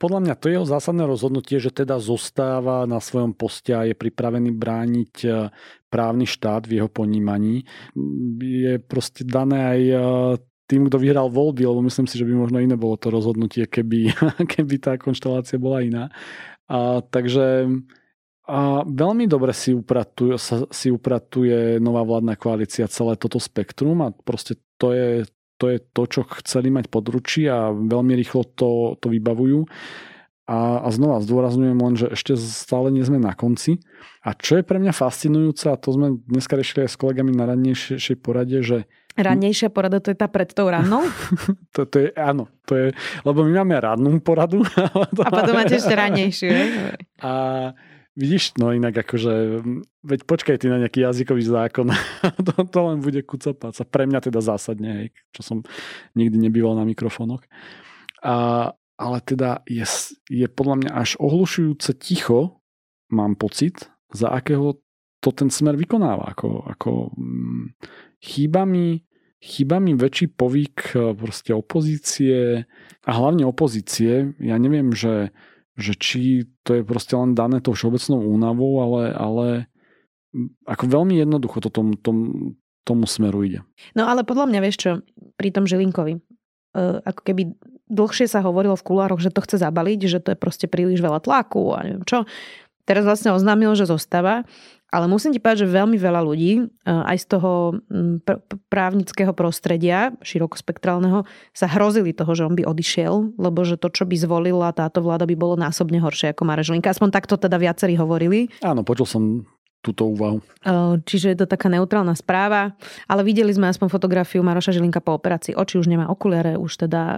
podľa mňa to jeho zásadné rozhodnutie, že teda zostáva na svojom poste a je pripravený brániť právny štát v jeho ponímaní, je proste dané aj tým, kto vyhral voľby, lebo myslím si, že by možno iné bolo to rozhodnutie, keby, keby tá konštelácia bola iná. A, takže a veľmi dobre si upratuje, sa, si upratuje nová vládna koalícia celé toto spektrum a proste to je, to je to, čo chceli mať pod ručí a veľmi rýchlo to, to vybavujú. A, a znova zdôrazňujem len, že ešte stále nie sme na konci. A čo je pre mňa fascinujúce, a to sme dneska riešili aj s kolegami na rannejšej porade, že rannejšia porada, to je tá pred tou rannou? to, to je, áno, to je, lebo my máme rannú poradu. A potom máte ešte rannejšiu. A vidíš, no inak akože, veď počkaj ty na nejaký jazykový zákon. to, to len bude kucapáca. Pre mňa teda zásadne, hej, čo som nikdy nebýval na mikrofónoch. A, ale teda je, je podľa mňa až ohlušujúce ticho, mám pocit, za akého to ten Smer vykonáva. Ako, ako chýba mi, chýba mi väčší povyk proste opozície a hlavne opozície. Ja neviem, že, že či to je proste len dané tou všeobecnou únavou, ale, ale ako veľmi jednoducho to tomu, tomu, tomu Smeru ide. No ale podľa mňa, vieš čo, pri tom Žilinkovi, ako keby dlhšie sa hovorilo v kulároch, že to chce zabaliť, že to je proste príliš veľa tlaku a neviem čo. Teraz vlastne oznámil, že zostáva. Ale musím ti povedať, že veľmi veľa ľudí aj z toho pr- právnického prostredia, širokospektrálneho, sa hrozili toho, že on by odišiel, lebo že to, čo by zvolila táto vláda, by bolo násobne horšie ako Marek Žilinka. Aspoň takto teda viacerí hovorili. Áno, počul som túto úvahu. Čiže je to taká neutrálna správa, ale videli sme aspoň fotografiu Maroša Žilinka po operácii očí, už nemá okuliare, už teda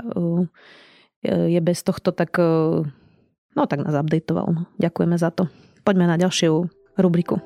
je bez tohto, tak no tak nás updateoval. Ďakujeme za to. Poďme na ďalšiu rubriku.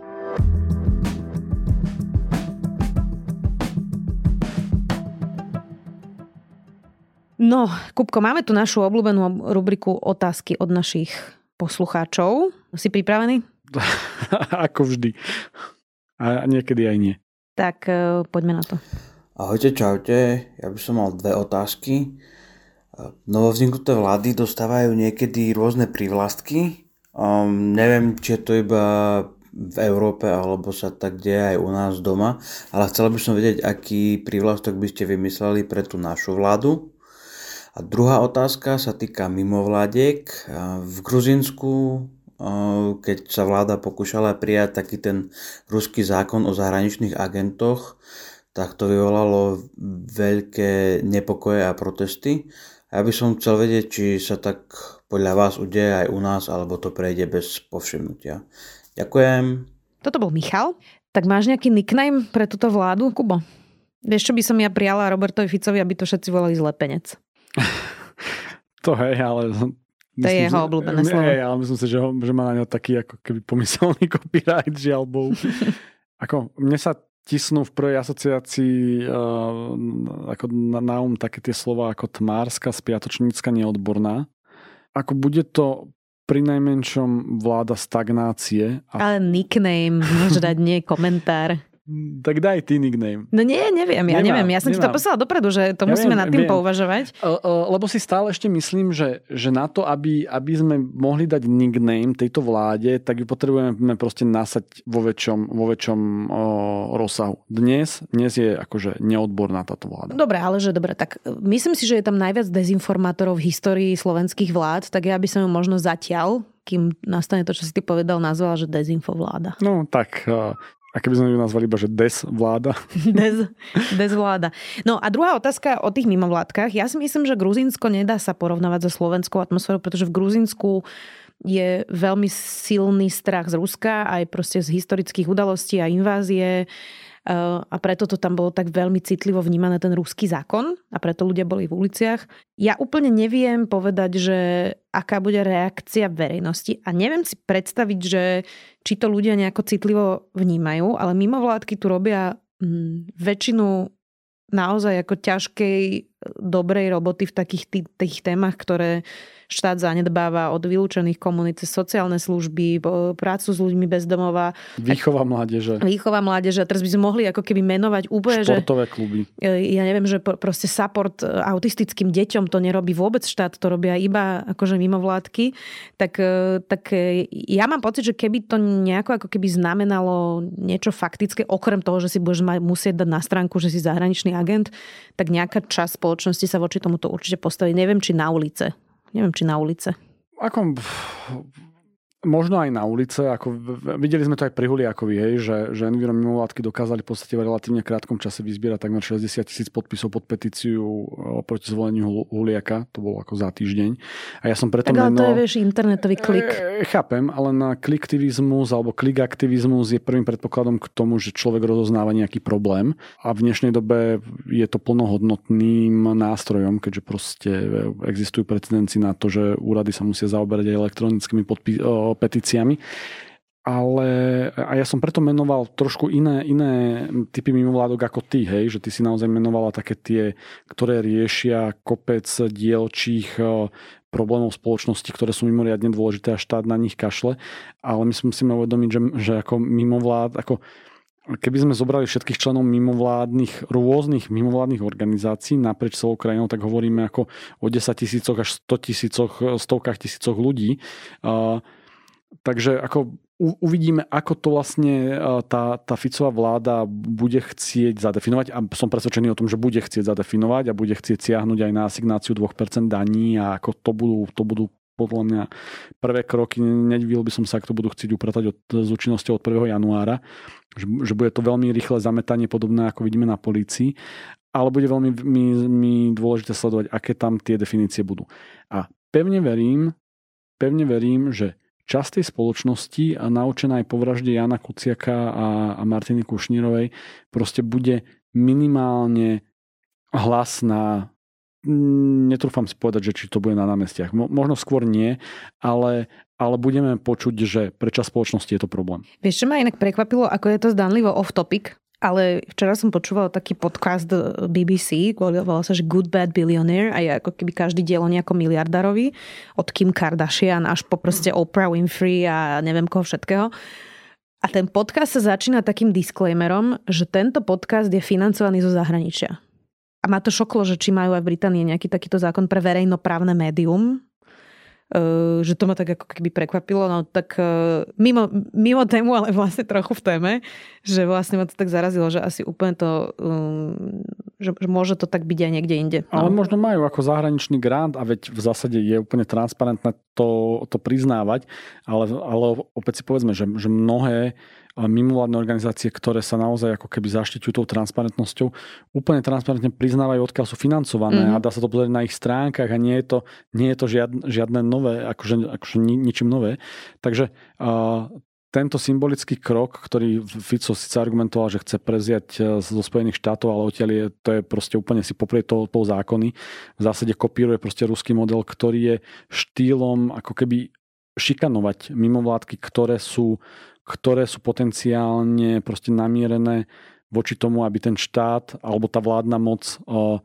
No, Kupko, máme tu našu obľúbenú rubriku otázky od našich poslucháčov. Si pripravený? Ako vždy. A niekedy aj nie. Tak poďme na to. Ahojte, čaute. Ja by som mal dve otázky. Novovzniknuté vlády dostávajú niekedy rôzne prívlastky. Um, neviem, či je to iba v Európe, alebo sa tak deje aj u nás doma, ale chcel by som vedieť, aký prívlastok by ste vymysleli pre tú našu vládu. A druhá otázka sa týka mimovládiek. V Gruzínsku, keď sa vláda pokúšala prijať taký ten ruský zákon o zahraničných agentoch, tak to vyvolalo veľké nepokoje a protesty. A ja by som chcel vedieť, či sa tak podľa vás udeje aj u nás, alebo to prejde bez povšimnutia. Ďakujem. Toto bol Michal. Tak máš nejaký nickname pre túto vládu, Kubo? Vieš, čo by som ja prijala Robertovi Ficovi, aby to všetci volali zlepenec? To hej, ale... To je jeho obľúbené slovo. Hej, ale myslím si, že, ho, že má na ňo taký ako keby pomyselný copyright, žiaľ Bohu. Ako, mne sa tisnú v prvej asociácii uh, ako na, na um také tie slova ako tmárska, spiatočnícka, neodborná. Ako bude to pri najmenšom vláda stagnácie. A... Ale nickname, môžeš dať nie komentár. Tak daj ty nickname. No nie, neviem, ja nemám, neviem. Ja som nemám. ti to poslala dopredu, že to ja musíme viem, nad tým viem. pouvažovať. Lebo si stále ešte myslím, že, že na to, aby, aby sme mohli dať nickname tejto vláde, tak ju potrebujeme proste nasať vo väčšom, vo väčšom o, rozsahu. Dnes, dnes je akože neodborná táto vláda. Dobre, ale že dobre, tak myslím si, že je tam najviac dezinformátorov v histórii slovenských vlád, tak ja by som ju možno zatiaľ, kým nastane to, čo si ty povedal, nazvala, že dezinfovláda. No tak... A keby sme ju nazvali iba, že des vláda? Des, des vláda. No a druhá otázka o tých mimovládkach. Ja si myslím, že Gruzínsko nedá sa porovnávať so slovenskou atmosférou, pretože v Gruzínsku je veľmi silný strach z Ruska, aj proste z historických udalostí a invázie. A preto to tam bolo tak veľmi citlivo vnímané, ten ruský zákon. A preto ľudia boli v uliciach. Ja úplne neviem povedať, že aká bude reakcia verejnosti. A neviem si predstaviť, že či to ľudia nejako citlivo vnímajú, ale mimovládky tu robia hm, väčšinu naozaj ako ťažkej dobrej roboty v takých tých, tých témach, ktoré štát zanedbáva, od vylúčených komunít, sociálne služby, prácu s ľuďmi bez domova. Výchova mládeže. Výchova mládeže. A teraz by sme mohli ako keby menovať úplne, športové že... kluby. Ja neviem, že proste support autistickým deťom to nerobí vôbec štát, to robia iba akože mimovládky. Tak, tak ja mám pocit, že keby to nejako ako keby znamenalo niečo faktické, okrem toho, že si budeš mať, musieť dať na stránku, že si zahraničný agent, tak nejaká časť spoločnosti sa voči tomuto určite postaví. Neviem, či na ulice. Neviem, či na ulice. Ako, možno aj na ulice. Ako, videli sme to aj pri Huliákovi, hej, že, že enviro mimovládky dokázali v podstate v relatívne krátkom čase vyzbierať takmer šesťdesiat tisíc podpisov pod petíciu proti zvoleniu Huliaka. To bolo ako za týždeň. A ja som preto tak ale meno... to je, vieš, internetový klik. E, chápem, ale na kliktivizmus alebo klikaktivizmus je prvým predpokladom k tomu, že človek rozoznáva nejaký problém. A v dnešnej dobe je to plnohodnotným nástrojom, keďže proste existujú precedenci na to, že úrady sa musia zaoberať aj elektronickými podpis- petíciami. Ale a ja som preto menoval trošku iné, iné typy mimovládok ako ty, hej, že ty si naozaj menovala také tie, ktoré riešia kopec dielčích problémov spoločnosti, ktoré sú mimoriadne dôležité a štát na nich kašle. Ale my si musíme uvedomiť, že, že ako mimovlád, ako keby sme zobrali všetkých členov mimovládnych, rôznych mimovládnych organizácií naprieč celou krajinou, tak hovoríme ako o desaťtisícoch až stotisícoch, stovkách tisícoch ľudí. Uh, takže ako uvidíme, ako to vlastne tá, tá Ficová vláda bude chcieť zadefinovať a som presvedčený o tom, že bude chcieť zadefinovať a bude chcieť siahnuť aj na asignáciu dva percentá daní a ako to budú, to budú podľa mňa prvé kroky. Nedivil by som sa, ak to budú chcieť upratať od, s účinnosťou od prvého januára, že, že bude to veľmi rýchle zametanie, podobné ako vidíme na polícii, ale bude veľmi mi, mi dôležité sledovať, aké tam tie definície budú. A pevne verím, pevne verím, že časť tej spoločnosti a naučená aj po vražde Jana Kuciaka a, a Martiny Kušnírovej proste bude minimálne hlas na, netrúfam si povedať, že či to bude na námestiach. Mo, možno skôr nie, ale, ale budeme počuť, že pre časť spoločnosti je to problém. Vieš, čo ma inak prekvapilo, ako je to zdanlivo off topic, ale včera som počúvala taký podcast bé bé cé, volá sa, že Good Bad Billionaire a je ako keby každý diel o nejakom miliardárovi, od Kim Kardashian až po proste Oprah Winfrey a neviem koho všetkého. A ten podcast sa začína takým disclaimerom, že tento podcast je financovaný zo zahraničia. A ma to šoklo, že či majú aj v Británii nejaký takýto zákon pre verejnoprávne médium, Uh, že to ma tak ako keby prekvapilo, no tak uh, mimo, mimo tému, ale vlastne trochu v téme, že vlastne ma to tak zarazilo, že asi úplne to, um, že, že môže to tak byť aj niekde inde. No. Ale možno majú ako zahraničný grant a veď v zásade je úplne transparentné to, to priznávať, ale, ale opäť si povedzme, že, že mnohé mimovládne organizácie, ktoré sa naozaj ako keby zaštiťujú tou transparentnosťou, úplne transparentne priznávajú, odkiaľ sú financované mm-hmm. a dá sa to pozrieť na ich stránkach a nie je to, nie je to žiadne, žiadne nové, akože, akože ni, ničím nové. Takže uh, tento symbolický krok, ktorý Fico síce argumentoval, že chce prevziať zo Spojených štátov, ale odtiaľ je, to je proste úplne si poprie toho, toho zákony. V zásade kopíruje proste ruský model, ktorý je štýlom ako keby šikanovať mimovládky, ktoré sú ktoré sú potenciálne proste namierené voči tomu, aby ten štát alebo tá vládna moc uh,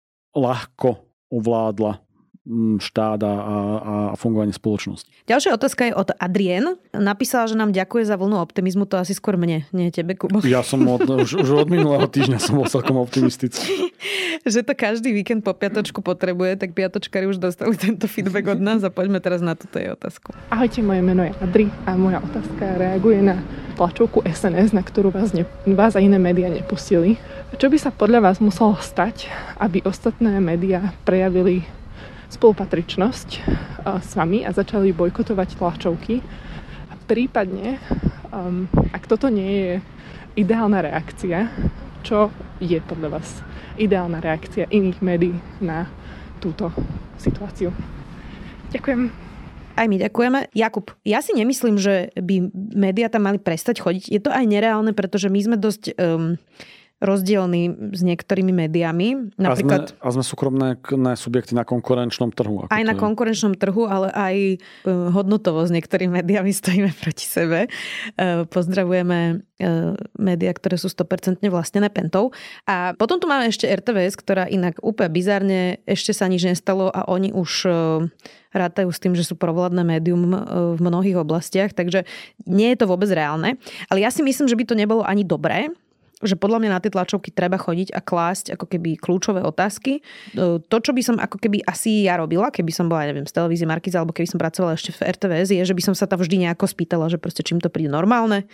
ľahko ovládla štát a, a, a fungovanie spoločnosti. Ďalšia otázka je od Adrien. Napísala, že nám ďakuje za vlnu optimizmu, to asi skôr mne, nie tebe, Kubo. Ja som od, už, už od minulého týždňa som bol celkom optimistický. Že to každý víkend po piatočku potrebuje, tak piatočkári už dostali tento feedback od nás a poďme teraz na túto jej otázku. Ahojte, moje meno je Adri a moja otázka reaguje na tlačovku es en es, na ktorú vás, ne, vás a iné médiá nepustili. Čo by sa podľa vás muselo stať, aby ostatné médiá prejavili spolupatričnosť s vami a začali bojkotovať tlačovky? A prípadne, um, ak toto nie je ideálna reakcia, čo je podľa vás ideálna reakcia iných médií na túto situáciu? Ďakujem. Aj my ďakujeme. Jakub, ja si nemyslím, že by médiá tam mali prestať chodiť. Je to aj nereálne, pretože my sme dosť... Um, rozdielný s niektorými médiami. Napríklad, a, sme, a sme súkromné subjekty na konkurenčnom trhu. Aj na je. konkurenčnom trhu, ale aj hodnotovo s niektorými médiami stojíme proti sebe. Pozdravujeme médiá, ktoré sú sto percent vlastnené Pentou. A potom tu máme ešte er té vé es, ktorá inak úplne bizarne, ešte sa nič nestalo a oni už rátajú s tým, že sú provládne médium v mnohých oblastiach, takže nie je to vôbec reálne. Ale ja si myslím, že by to nebolo ani dobré, že podľa mňa na tie tlačovky treba chodiť a klásť ako keby kľúčové otázky. To, čo by som ako keby asi ja robila, keby som bola, neviem, z televízie Markíza, alebo keby som pracovala ešte v er té vé es, je, že by som sa tam vždy nejako spýtala, že proste čím to príde normálne.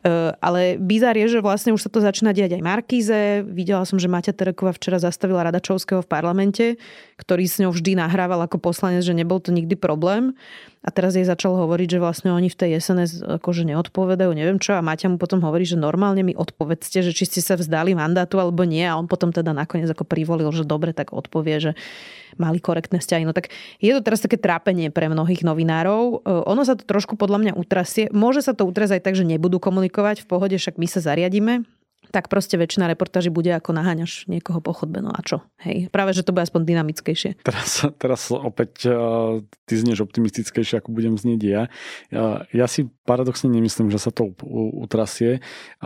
Ale bizár je, že vlastne už sa to začína diať aj Markíze. Videla som, že Maťa Tereková včera zastavila Radačovského v parlamente, ktorý s ňou vždy nahrával ako poslanec, že nebol to nikdy problém. A teraz jej začal hovoriť, že vlastne oni v tej es en es akože neodpovedajú, neviem čo. A Maťa mu potom hovorí, že normálne mi odpovedzte, že či ste sa vzdali mandátu alebo nie. A on potom teda nakoniec ako privolil, že dobre, tak odpovie, že mali korektné vzťahy. No tak je to teraz také trápenie pre mnohých novinárov. Ono sa to trošku podľa mňa utrasie. Môže sa to utrasť aj tak, že nebudú komunikovať v pohode, však my sa zariadíme. Tak proste väčšina reportáží bude ako naháňaš niekoho po chodbe. No a čo? Hej, práve, že to bude aspoň dynamickejšie. Teraz, teraz opäť uh, ty znieš optimistickejšie, ako budem znieť ja. Uh, ja si paradoxne nemyslím, že sa to utrasie.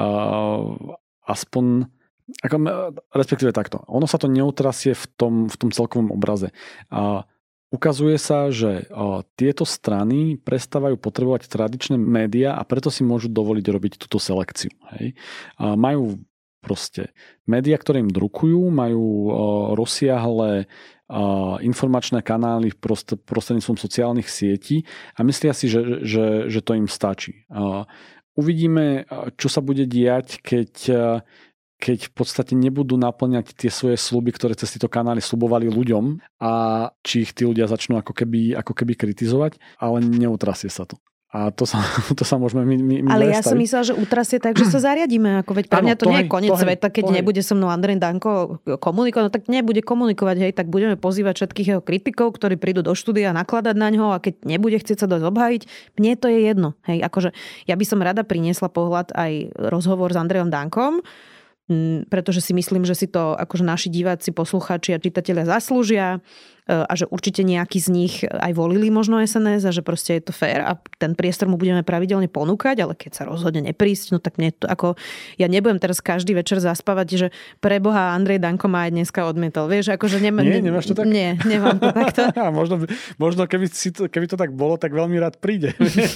Uh, aspoň, ako, respektíve takto. Ono sa to neutrasie v tom, v tom celkovom obraze. Uh, Ukazuje sa, že o, tieto strany prestávajú potrebovať tradičné médiá a preto si môžu dovoliť robiť túto selekciu. Hej. A majú proste médiá, ktoré im drukujú, majú o, rozsiahle o, informačné kanály prost, prostredníctvom sociálnych sietí a myslia si, že, že, že to im stačí. O, uvidíme, čo sa bude diať, keď keď v podstate nebudú naplňať tie svoje sľuby, ktoré cez tieto kanály sľubovali ľuďom a či ich tí ľudia začnú ako keby, ako keby kritizovať, ale neutrasie sa to. A to sa, to sa môžeme my, my Ale ja som myslela, že utrasie tak, že sa zariadíme. Ako veď pre mňa to, to nie je koniec sveta, keď hej. nebude so mnou Andrej Danko komunikovať, no tak nebude komunikovať, hej, tak budeme pozývať všetkých jeho kritikov, ktorí prídu do štúdia nakladať na ňo a keď nebude chcieť sa dosť obhájiť, mne to je jedno. Hej, akože ja by som rada priniesla pohľad aj rozhovor s Andrejom Dankom, pretože si myslím, že si to akože naši diváci, poslucháči a čitatelia zaslúžia a že určite nejakí z nich aj volili možno es en es a že proste je to fér a ten priestor mu budeme pravidelne ponúkať, ale keď sa rozhodne neprísť, no tak mne to ako, ja nebudem teraz každý večer zaspávať, že pre Boha Andrej Danko ma aj dneska odmietol. Vieš, akože nem, nie, nemáš to tak? Nie, nemám to takto. možno, možno keby, si to, keby to tak bolo, tak veľmi rád príde.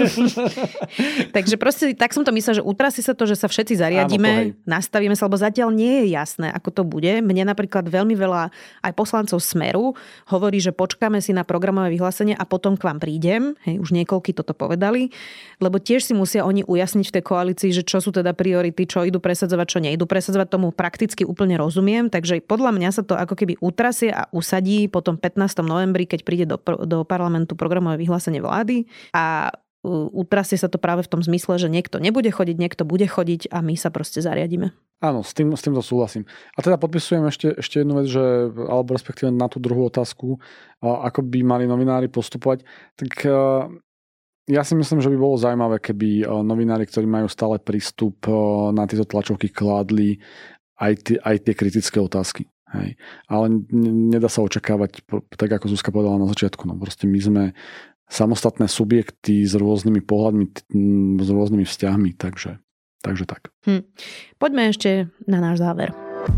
Takže proste tak som to myslel, že utrasí sa to, že sa všetci zariadíme, áno, nastavíme sa, lebo zatiaľ nie je jasné, ako to bude. Mne napríklad veľmi veľa aj poslancov Smeru hovorí, že počkáme si na programové vyhlásenie a potom k vám prídem. Hej, už niekoľkí toto povedali, lebo tiež si musia oni ujasniť v tej koalícii, že čo sú teda priority, čo idú presadzovať, čo neidú presadzovať, tomu prakticky úplne rozumiem, takže podľa mňa sa to ako keby utrasie a usadí potom pätnásteho novembri, keď príde do, do parlamentu programové vyhlásenie vlády a utrasie sa to práve v tom zmysle, že niekto nebude chodiť, niekto bude chodiť a my sa proste zariadíme. Áno, s tým, s týmto súhlasím. A teda podpisujem ešte, ešte jednu vec, že, alebo respektíve na tú druhú otázku, ako by mali novinári postupovať. Tak ja si myslím, že by bolo zaujímavé, keby novinári, ktorí majú stále prístup na tieto tlačovky, kládli aj tie, aj tie kritické otázky. Hej. Ale nedá sa očakávať, tak ako Zuzka povedala na začiatku, no proste my sme samostatné subjekty s rôznymi pohľadmi, s rôznymi vzťahmi, takže, takže tak. Hm. Poďme ešte na náš záver.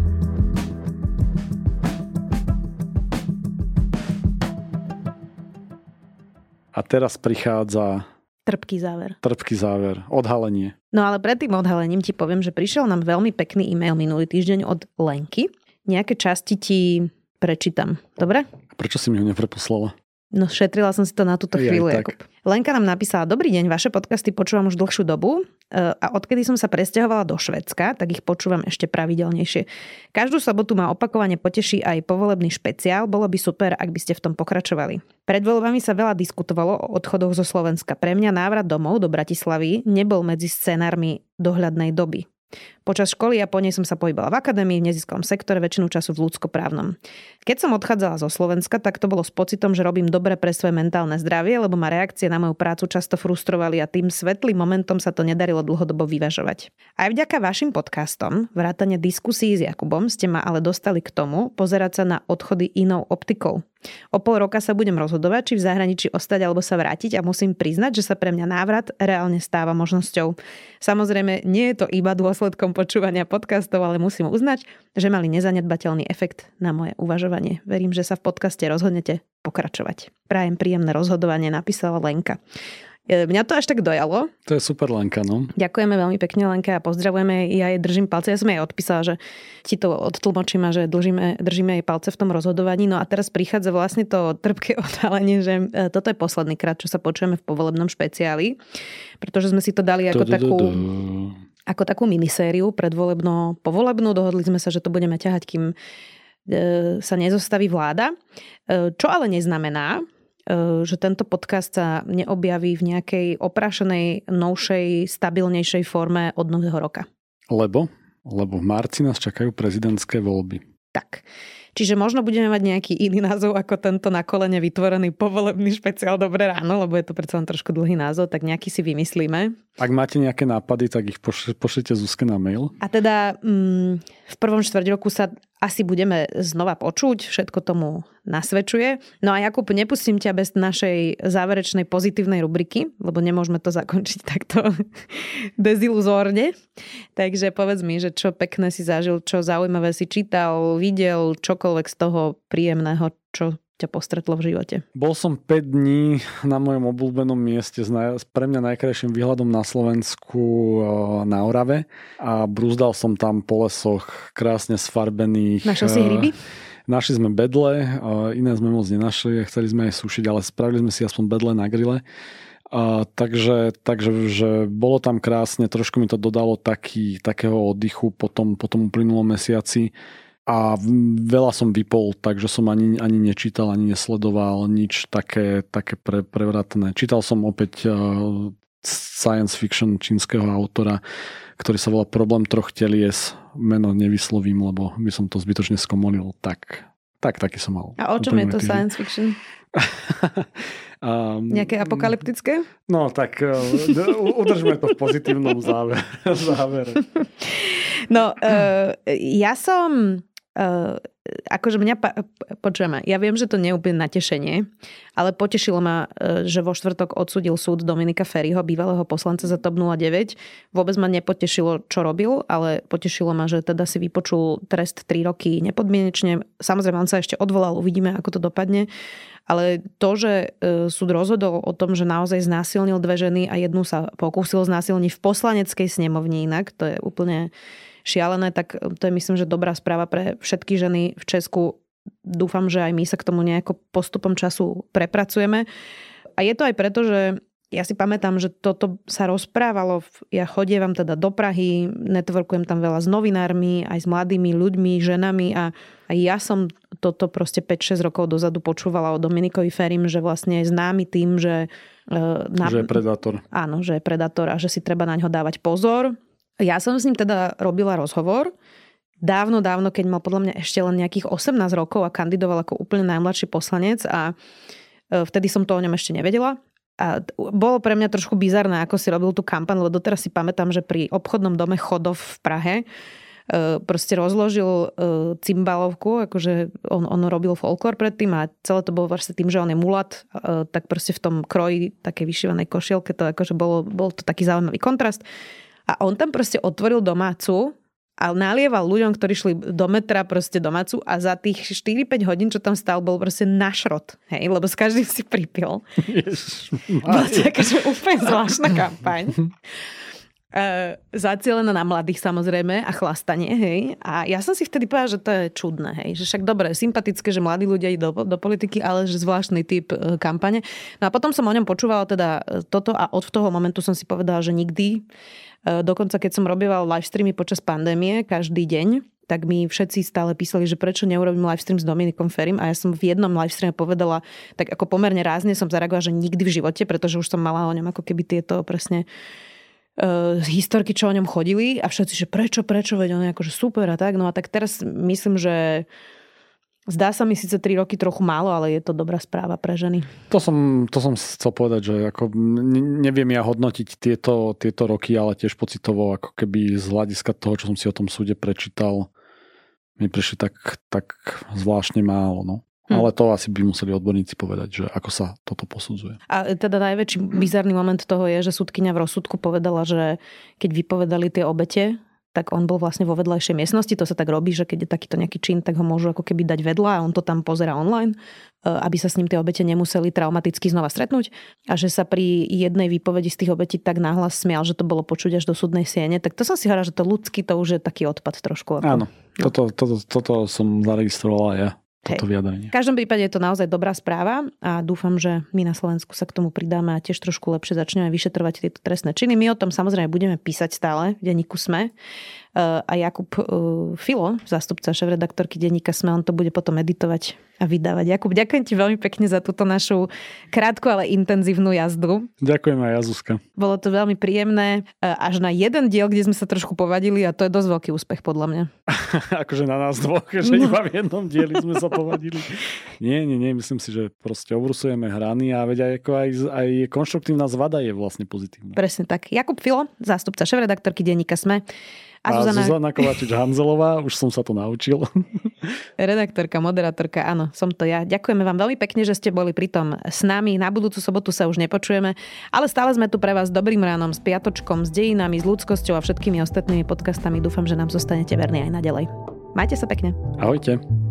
A teraz prichádza trpký záver. Trpký záver. Odhalenie. No ale pred tým odhalením ti poviem, že prišiel nám veľmi pekný e-mail minulý týždeň od Lenky. Nejaké časti ti prečítam. Dobre? A prečo si mi ho nepreposlala? No šetrila som si to na túto chvíľu, Jakub. Lenka nám napísala: Dobrý deň, vaše podcasty počúvam už dlhšiu dobu a odkedy som sa presťahovala do Švédska, tak ich počúvam ešte pravidelnejšie. Každú sobotu ma opakovane poteší aj povolebný špeciál, bolo by super, ak by ste v tom pokračovali. Pred voľbami sa veľa diskutovalo o odchodoch zo Slovenska. Pre mňa návrat domov do Bratislavy nebol medzi scénármi dohľadnej doby. Počas školy a po nej som sa pohybala v akadémii, v neziskovom sektore, väčšinu času v ľudskoprávnom. Keď som odchádzala zo Slovenska, tak to bolo s pocitom, že robím dobre pre svoje mentálne zdravie, lebo ma reakcie na moju prácu často frustrovali a tým svetlým momentom sa to nedarilo dlhodobo vyvažovať. Aj vďaka vašim podcastom, vrátane diskusí s Jakubom, ste ma ale dostali k tomu pozerať sa na odchody inou optikou. O pol roka sa budem rozhodovať, či v zahraničí ostať alebo sa vrátiť a musím priznať, že sa pre mňa návrat reálne stáva možnosťou. Samozrejme, nie je to iba dôsledkom počúvania podcastov, ale musím uznať, že mali nezanedbateľný efekt na moje uvažovanie. Verím, že sa v podcaste rozhodnete pokračovať. Prajem príjemné rozhodovanie, napísala Lenka. Mňa to až tak dojalo. To je super, Lenka, no. Ďakujeme veľmi pekne, Lenka, a pozdravujeme. Ja jej držím palce. Ja som jej odpísala, že ti to odtlmočím a že držíme, držíme jej palce v tom rozhodovaní. No a teraz prichádza vlastne to trpké odhalenie, že toto je posledný krát, čo sa počujeme v povolebnom špeciáli, pretože sme si to dali ako takú... ako takú minisériu predvolebno povolebnú. Dohodli sme sa, že to budeme ťahať, kým sa nezostaví vláda. Čo ale neznamená, že tento podcast sa neobjaví v nejakej oprášenej, novšej, stabilnejšej forme od nového roka. Lebo? Lebo v marci nás čakajú prezidentské voľby. Tak. Čiže možno budeme mať nejaký iný názov ako tento na kolene vytvorený povolebný špeciál Dobré ráno, lebo je to predsa len trošku dlhý názov, tak nejaký si vymyslíme. Ak máte nejaké nápady, tak ich pošlite Zuzke na mail. A teda mm, v prvom štvrť roku sa asi budeme znova počuť, všetko tomu nasvedčuje. No a Jakub, nepustím ťa bez našej záverečnej pozitívnej rubriky, lebo nemôžeme to zakončiť takto deziluzórne. Takže povedz mi, že čo pekné si zažil, čo zaujímavé si čítal, videl, čokoľvek z toho príjemného, čo ťa postretlo v živote. Bol som päť dní na mojom obľúbenom mieste s, naj, s pre mňa najkrajším výhľadom na Slovensku na Orave a brúzdal som tam po lesoch krásne sfarbených. Našiel si hryby? Našli sme bedle, iné sme moc nenašli, chceli sme aj sušiť, ale spravili sme si aspoň bedle na grille. A, takže takže že bolo tam krásne, trošku mi to dodalo taký, takého oddychu po tom, po tom uplynulom mesiaci. A veľa som vypol, takže som ani, ani nečítal, ani nesledoval nič také, také pre, prevratné. Čítal som opäť uh, science fiction čínskeho autora, ktorý sa volá Problém troch telies. Meno nevyslovím, lebo by som to zbytočne skomolil. Tak, tak taký som mal. A o čom je to týždeň. Science fiction? um, Nejaké apokalyptické? No tak uh, udržme to v pozitívnom závere. závere. No, uh, ja som... Uh, akože mňa, počujeme, ja viem, že to nie je úplne natešenie, ale potešilo ma, že vo štvrtok odsúdil súd Dominika Feriho, bývalého poslanca za TOP nula deväť. Vôbec ma nepotešilo, čo robil, ale potešilo ma, že teda si vypočul trest tri roky nepodmienečne. Samozrejme, on sa ešte odvolal, uvidíme, ako to dopadne. Ale to, že súd rozhodol o tom, že naozaj znásilnil dve ženy a jednu sa pokúsil znásilniť v poslaneckej snemovni inak, to je úplne šialené, tak to je myslím, že dobrá správa pre všetky ženy v Česku. Dúfam, že aj my sa k tomu nejako postupom času prepracujeme. A je to aj preto, že ja si pamätám, že toto sa rozprávalo. Ja chodievam teda do Prahy, networkujem tam veľa s novinármi, aj s mladými ľuďmi, ženami a, a ja som toto proste päť šesť rokov dozadu počúvala o Dominikovi Ferim, že vlastne je známy tým, že... Na, že je predátor. Áno, že je predátor a že si treba na ňo dávať pozor. Ja som s ním teda robila rozhovor dávno, dávno, keď mal podľa mňa ešte len nejakých osemnásť rokov a kandidoval ako úplne najmladší poslanec a vtedy som to o ňom ešte nevedela. A bolo pre mňa trošku bizarné, ako si robil tú kampaň, lebo doteraz si pamätám, že pri obchodnom dome Chodov v Prahe proste rozložil cymbalovku, akože on, on robil folklór predtým a celé to bolo vlastne tým, že on je mulat, tak proste v tom kroji, takej vyšívanej košielke, to akože bolo, bol to taký zaujímavý kontrast. A on tam proste otvoril domácu a nalieval ľuďom, ktorí šli do metra proste domácu a za tých štyri päť hodín, čo tam stál, bol proste na šrot. Hej, lebo s každým si pripil. Bola to akože úplne zvláštna kampaň. Uh, zacielená na mladých samozrejme a chlastanie, hej. A ja som si vtedy povedala, že to je čudné, hej. Že však dobre, sympatické, že mladí ľudia idú do, do politiky, ale že zvláštny typ uh, kampane. No a potom som o ňom počúvala teda toto a od toho momentu som si povedala, že nikdy. Uh, dokonca keď som robieval livestreamy počas pandémie, každý deň, tak mi všetci stále písali, že prečo neurobím livestream s Dominikom Ferim a ja som v jednom livestreame povedala, tak ako pomerne rázne som zareagovala, že nikdy v živote, pretože už som mala o ňom ako keby tieto presne uh, historky, čo o ňom chodili a všetci, že prečo, prečo, veď on je akože super a tak. No a tak teraz myslím, že zdá sa mi síce tri roky trochu málo, ale je to dobrá správa pre ženy. To som, to som chcel povedať, že ako neviem ja hodnotiť tieto, tieto roky, ale tiež pocitovo ako keby z hľadiska toho, čo som si o tom súde prečítal, mi prišli tak, tak zvláštne málo, no. Hm. Ale to asi by museli odborníci povedať, že ako sa toto posudzuje. A teda najväčší bizarný moment toho je, že súdkyňa v rozsudku povedala, že keď vypovedali tie obete, tak on bol vlastne vo vedľajšej miestnosti. To sa tak robí, že keď je takýto nejaký čin, tak ho môžu ako keby dať vedľa a on to tam pozerá online, aby sa s ním tie obete nemuseli traumaticky znova stretnúť. A že sa pri jednej výpovedi z tých obetí tak nahlas smial, že to bolo počuť až do súdnej siene. Tak to som si hovorila, že to ľudský to už je taký odpad trošku. Ako... Áno, toto, toto, toto som zaregistrovala ja. Toto vyjadrenie. V každom prípade je to naozaj dobrá správa a dúfam, že my na Slovensku sa k tomu pridáme a tiež trošku lepšie začneme vyšetrovať tieto trestné činy. My o tom samozrejme budeme písať stále v denníku SME. A Jakub Filo, zástupca šéfredaktorky denníka SME, on to bude potom editovať a vydávať. Jakub, ďakujem ti veľmi pekne za túto našu krátku, ale intenzívnu jazdu. Ďakujem aj ja, Zuzka. Bolo to veľmi príjemné. Až na jeden diel, kde sme sa trošku povadili a to je dosť veľký úspech podľa mňa. Akože na nás dvoch, že no. Iba v jednom dieli sme sa povadili. Nie, nie, nie, myslím si, že proste obrusujeme hrany a veď aj, ako aj, aj konštruktívna zvada je vlastne pozitívna. Presne tak. Jakub Filo, zástupca šéfredaktorky denníka SME. A, a Zuzana, Zuzana Kovačič-Hanzelová, už som sa to naučil. Redaktorka, moderátorka, áno, som to ja. Ďakujeme vám veľmi pekne, že ste boli pritom s nami. Na budúcu sobotu sa už nepočujeme, ale stále sme tu pre vás dobrým ránom, s piatočkom, s dejinami, s ľudskosťou a všetkými ostatnými podcastami. Dúfam, že nám zostanete verní aj naďalej. Majte sa pekne. Ahojte.